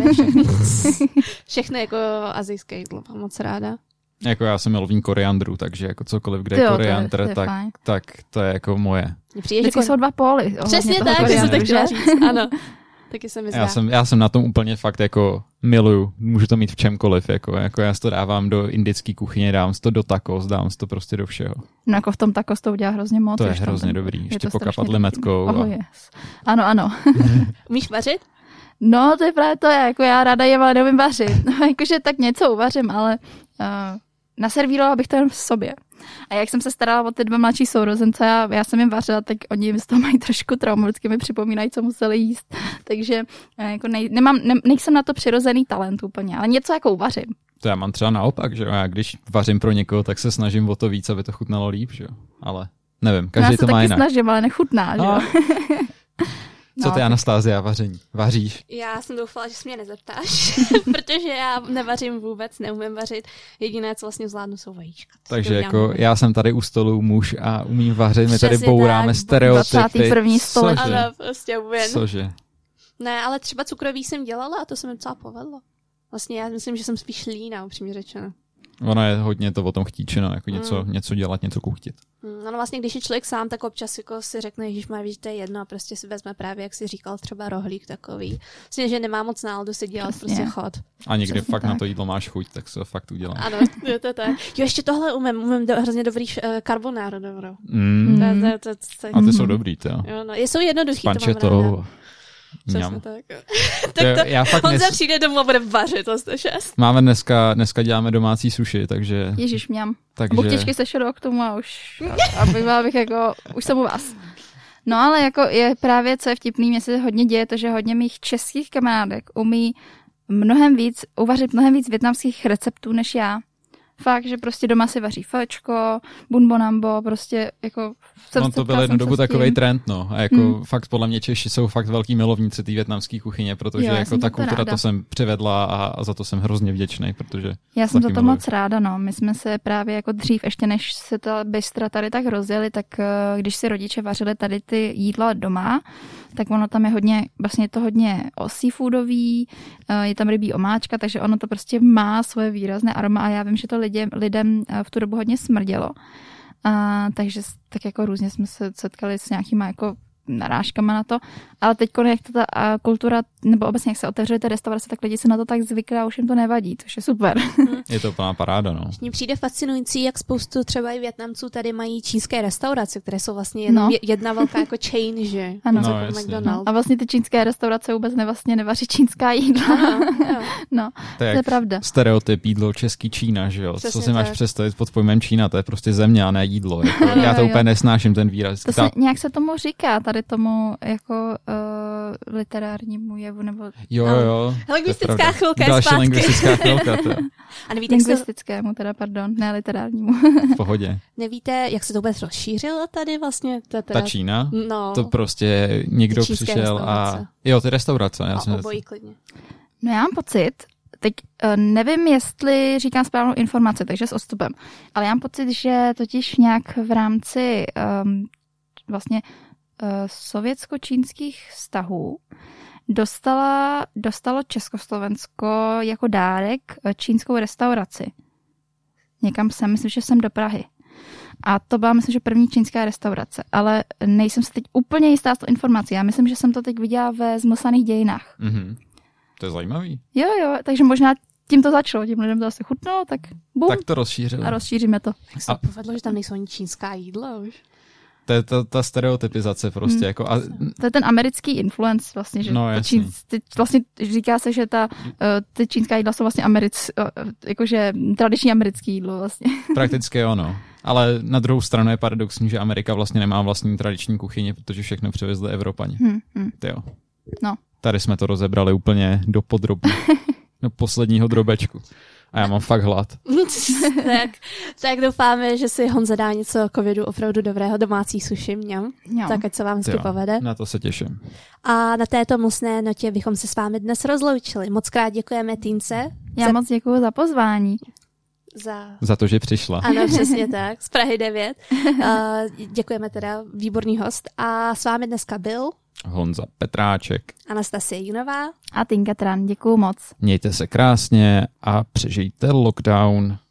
[SPEAKER 1] všechno jako azijské jídlo, mám moc ráda.
[SPEAKER 2] Jako já jsem milovník koriandru, takže jako cokoliv, kde je koriandr, tak to je jako moje.
[SPEAKER 3] Vždycky jsou 2 póly.
[SPEAKER 1] Přesně tak, to jsem tak chtěla říct, ano. Taky se mi zdá.
[SPEAKER 2] Já jsem na tom úplně fakt jako miluju. Můžu to mít v čemkoliv. Jako já si to dávám do indické kuchyně, dávám si to do tacos, dávám si to prostě do všeho.
[SPEAKER 3] No jako v tom tacos to udělá hrozně moc.
[SPEAKER 2] To je hrozně dobrý. Ještě pokapat limetkou.
[SPEAKER 3] Yes. Ano.
[SPEAKER 1] Umíš vařit?
[SPEAKER 3] No, to je právě to. Jako já ráda jem, ale neumím vařit. No, jakože tak něco uvařím, ale naservírovala bych to jen v sobě. A jak jsem se starala o ty 2 mladší sourozence a já jsem jim vařila, tak oni z toho mají trošku traumu, vždycky mi připomínají, co museli jíst. Takže jako nejsem na to přirozený talent úplně, ale něco jako uvařím.
[SPEAKER 2] To já mám třeba naopak, že jo, já když vařím pro někoho, tak se snažím o to víc, aby to chutnalo líp, že jo, ale nevím, každý to má jinak. Já se taky
[SPEAKER 3] snažím, ale nechutná, že jo.
[SPEAKER 2] Co ty, Anastázia, vaření? Vaříš?
[SPEAKER 1] Já jsem doufala, že se mě nezeptáš, protože já nevařím vůbec, neumím vařit. Jediné, co vlastně zvládnu, jsou vajíčka.
[SPEAKER 2] Takže jako já jsem tady u stolu muž a umím vařit, my tady bouráme stereotypy.
[SPEAKER 3] 21. století.
[SPEAKER 1] Ano, prostě vůbec.
[SPEAKER 2] Cože?
[SPEAKER 1] Ne, ale třeba cukroví jsem dělala a to se mi docela povedlo. Vlastně já myslím, že jsem spíš líná, upřímně řečeno.
[SPEAKER 2] Ono je hodně to o tom chtíčeno, jako něco dělat, něco kuchtit.
[SPEAKER 1] No vlastně, když je člověk sám, tak občas jako si řekne, že má víc, to je jedno a prostě si vezme právě, jak si říkal, třeba rohlík takový. Vlastně, že nemá moc náladu si dělat prostě chod.
[SPEAKER 2] A někdy fakt tak. Na to jídlo máš chuť, tak se to fakt udělá.
[SPEAKER 1] Ano, je to tak. Jo, ještě tohle umím hrozně dobrý carbonara dobrou.
[SPEAKER 2] A ty jsou dobrý, to jo.
[SPEAKER 1] No, jsou jednoduchý,
[SPEAKER 2] to mám ráda.
[SPEAKER 1] Přesně tak. Tak Honza přijde domů a bude vařit, to 106.
[SPEAKER 2] Máme dneska děláme domácí sushi, takže...
[SPEAKER 3] Ježiš, mňam.
[SPEAKER 2] Takže...
[SPEAKER 3] Buchtičky se šedou k tomu a už jsem u vás. No ale jako je právě, co je vtipný, mně se hodně děje to, že hodně mých českých kamarádek umí uvařit mnohem víc vietnamských receptů než já. Fakt, že prostě doma si vaří fečko, bunbonambo, prostě jako...
[SPEAKER 2] No to byl jednu dobu takovej trend, no. A jako fakt podle mě Češi jsou fakt velký milovníci té vietnamské kuchyně, protože jako ta kultura to jsem přivedla a za to jsem hrozně vděčný, protože...
[SPEAKER 3] Já jsem za to moc ráda, no. My jsme se právě jako dřív, ještě než se ta bystra tady tak rozjeli, tak když si rodiče vařili tady ty jídla doma, tak ono tam je hodně, vlastně je to hodně seafoodový, je tam rybí omáčka, takže ono to prostě má svoje výrazné aroma a já vím, že to lidem v tu dobu hodně smrdělo. Takže tak jako různě jsme se setkali s nějakýma jako narážkama na to, ale teď, jak ta kultura, nebo obecně jak se otevřely ty restaurace, tak lidi se na to tak zvykli a už jim to nevadí, což je super.
[SPEAKER 2] Je to plná paráda, no.
[SPEAKER 1] Mně přijde fascinující, jak spoustu třeba i Vietnamců tady mají čínské restaurace, které jsou vlastně jedna velká jako chain, že?
[SPEAKER 3] Ano.
[SPEAKER 1] No, McDonald's.
[SPEAKER 3] A vlastně ty čínské restaurace vůbec nevaří čínská jídla.
[SPEAKER 1] Ano.
[SPEAKER 3] No, to je pravda.
[SPEAKER 2] Stereotyp jídlo český Čína, že jo? Přesně co si máš představit pod pojmem Čína, to je prostě země a ne jídlo. Jako, já to úplně nesnáším, ten výraz.
[SPEAKER 3] Nějak se tomu říká, tady tomu jako literárnímu jevu, nebo...
[SPEAKER 2] Jo.
[SPEAKER 1] Lingvistická chvilka je
[SPEAKER 2] další
[SPEAKER 1] zpátky.
[SPEAKER 2] Lingvistická chvilka, to.
[SPEAKER 1] A nevíte,
[SPEAKER 3] lingvistickému teda, pardon, ne literárnímu.
[SPEAKER 2] V pohodě.
[SPEAKER 1] Nevíte, jak se to vůbec rozšířilo tady vlastně?
[SPEAKER 2] Ta Čína?
[SPEAKER 1] No.
[SPEAKER 2] To prostě někdo přišel a... Jo, ty restaurace.
[SPEAKER 1] Obojí klidně.
[SPEAKER 3] No já mám pocit, teď nevím, jestli říkám správnou informaci, takže s odstupem, ale já mám pocit, že totiž nějak v rámci vlastně sovětsko-čínských vztahů dostalo Československo jako dárek čínskou restauraci. Někam myslím, že jsem do Prahy. A to byla, myslím, že první čínská restaurace. Ale nejsem si teď úplně jistá s tou informací. Já myslím, že jsem to teď viděla ve Zmlsaných dějinách.
[SPEAKER 2] Mm-hmm. To je zajímavý.
[SPEAKER 3] Jo, takže možná tím to začalo. Tím lidem to asi chutnalo, tak bum.
[SPEAKER 2] Tak to rozšířilo.
[SPEAKER 3] A rozšíříme to.
[SPEAKER 1] Jak se povedlo, že tam nejsou ani čínská jídla už.
[SPEAKER 2] To je ta stereotypizace prostě. Jako
[SPEAKER 3] to je ten americký influence vlastně, že vlastně říká se, že ty čínská jídla jsou vlastně jakože tradiční americké jídlo vlastně.
[SPEAKER 2] Prakticky ono. Ale na druhou stranu je paradoxní, že Amerika vlastně nemá vlastní tradiční kuchyni, protože všechno převezli Evropani. Jo.
[SPEAKER 3] No.
[SPEAKER 2] Tady jsme to rozebrali úplně do podrobí. Do posledního drobečku. A já mám fakt hlad.
[SPEAKER 1] tak doufáme, že si Honza dá něco k obědu opravdu dobrého, domácí sushi mňam. Tak ať se vám vždycky povede.
[SPEAKER 2] Na to se těším.
[SPEAKER 1] A na této mlsné notě bychom se s vámi dnes rozloučili. Moc krát děkujeme Týnce.
[SPEAKER 3] Já moc děkuju za pozvání.
[SPEAKER 2] Za to, že přišla.
[SPEAKER 1] Ano, přesně tak. Z Prahy 9. Děkujeme teda, výborný host. A s vámi dneska byl
[SPEAKER 2] Honza Petráček,
[SPEAKER 1] Anastasie Junová
[SPEAKER 3] a Tinka Tran. Děkuju moc.
[SPEAKER 2] Mějte se krásně a přežijte lockdown.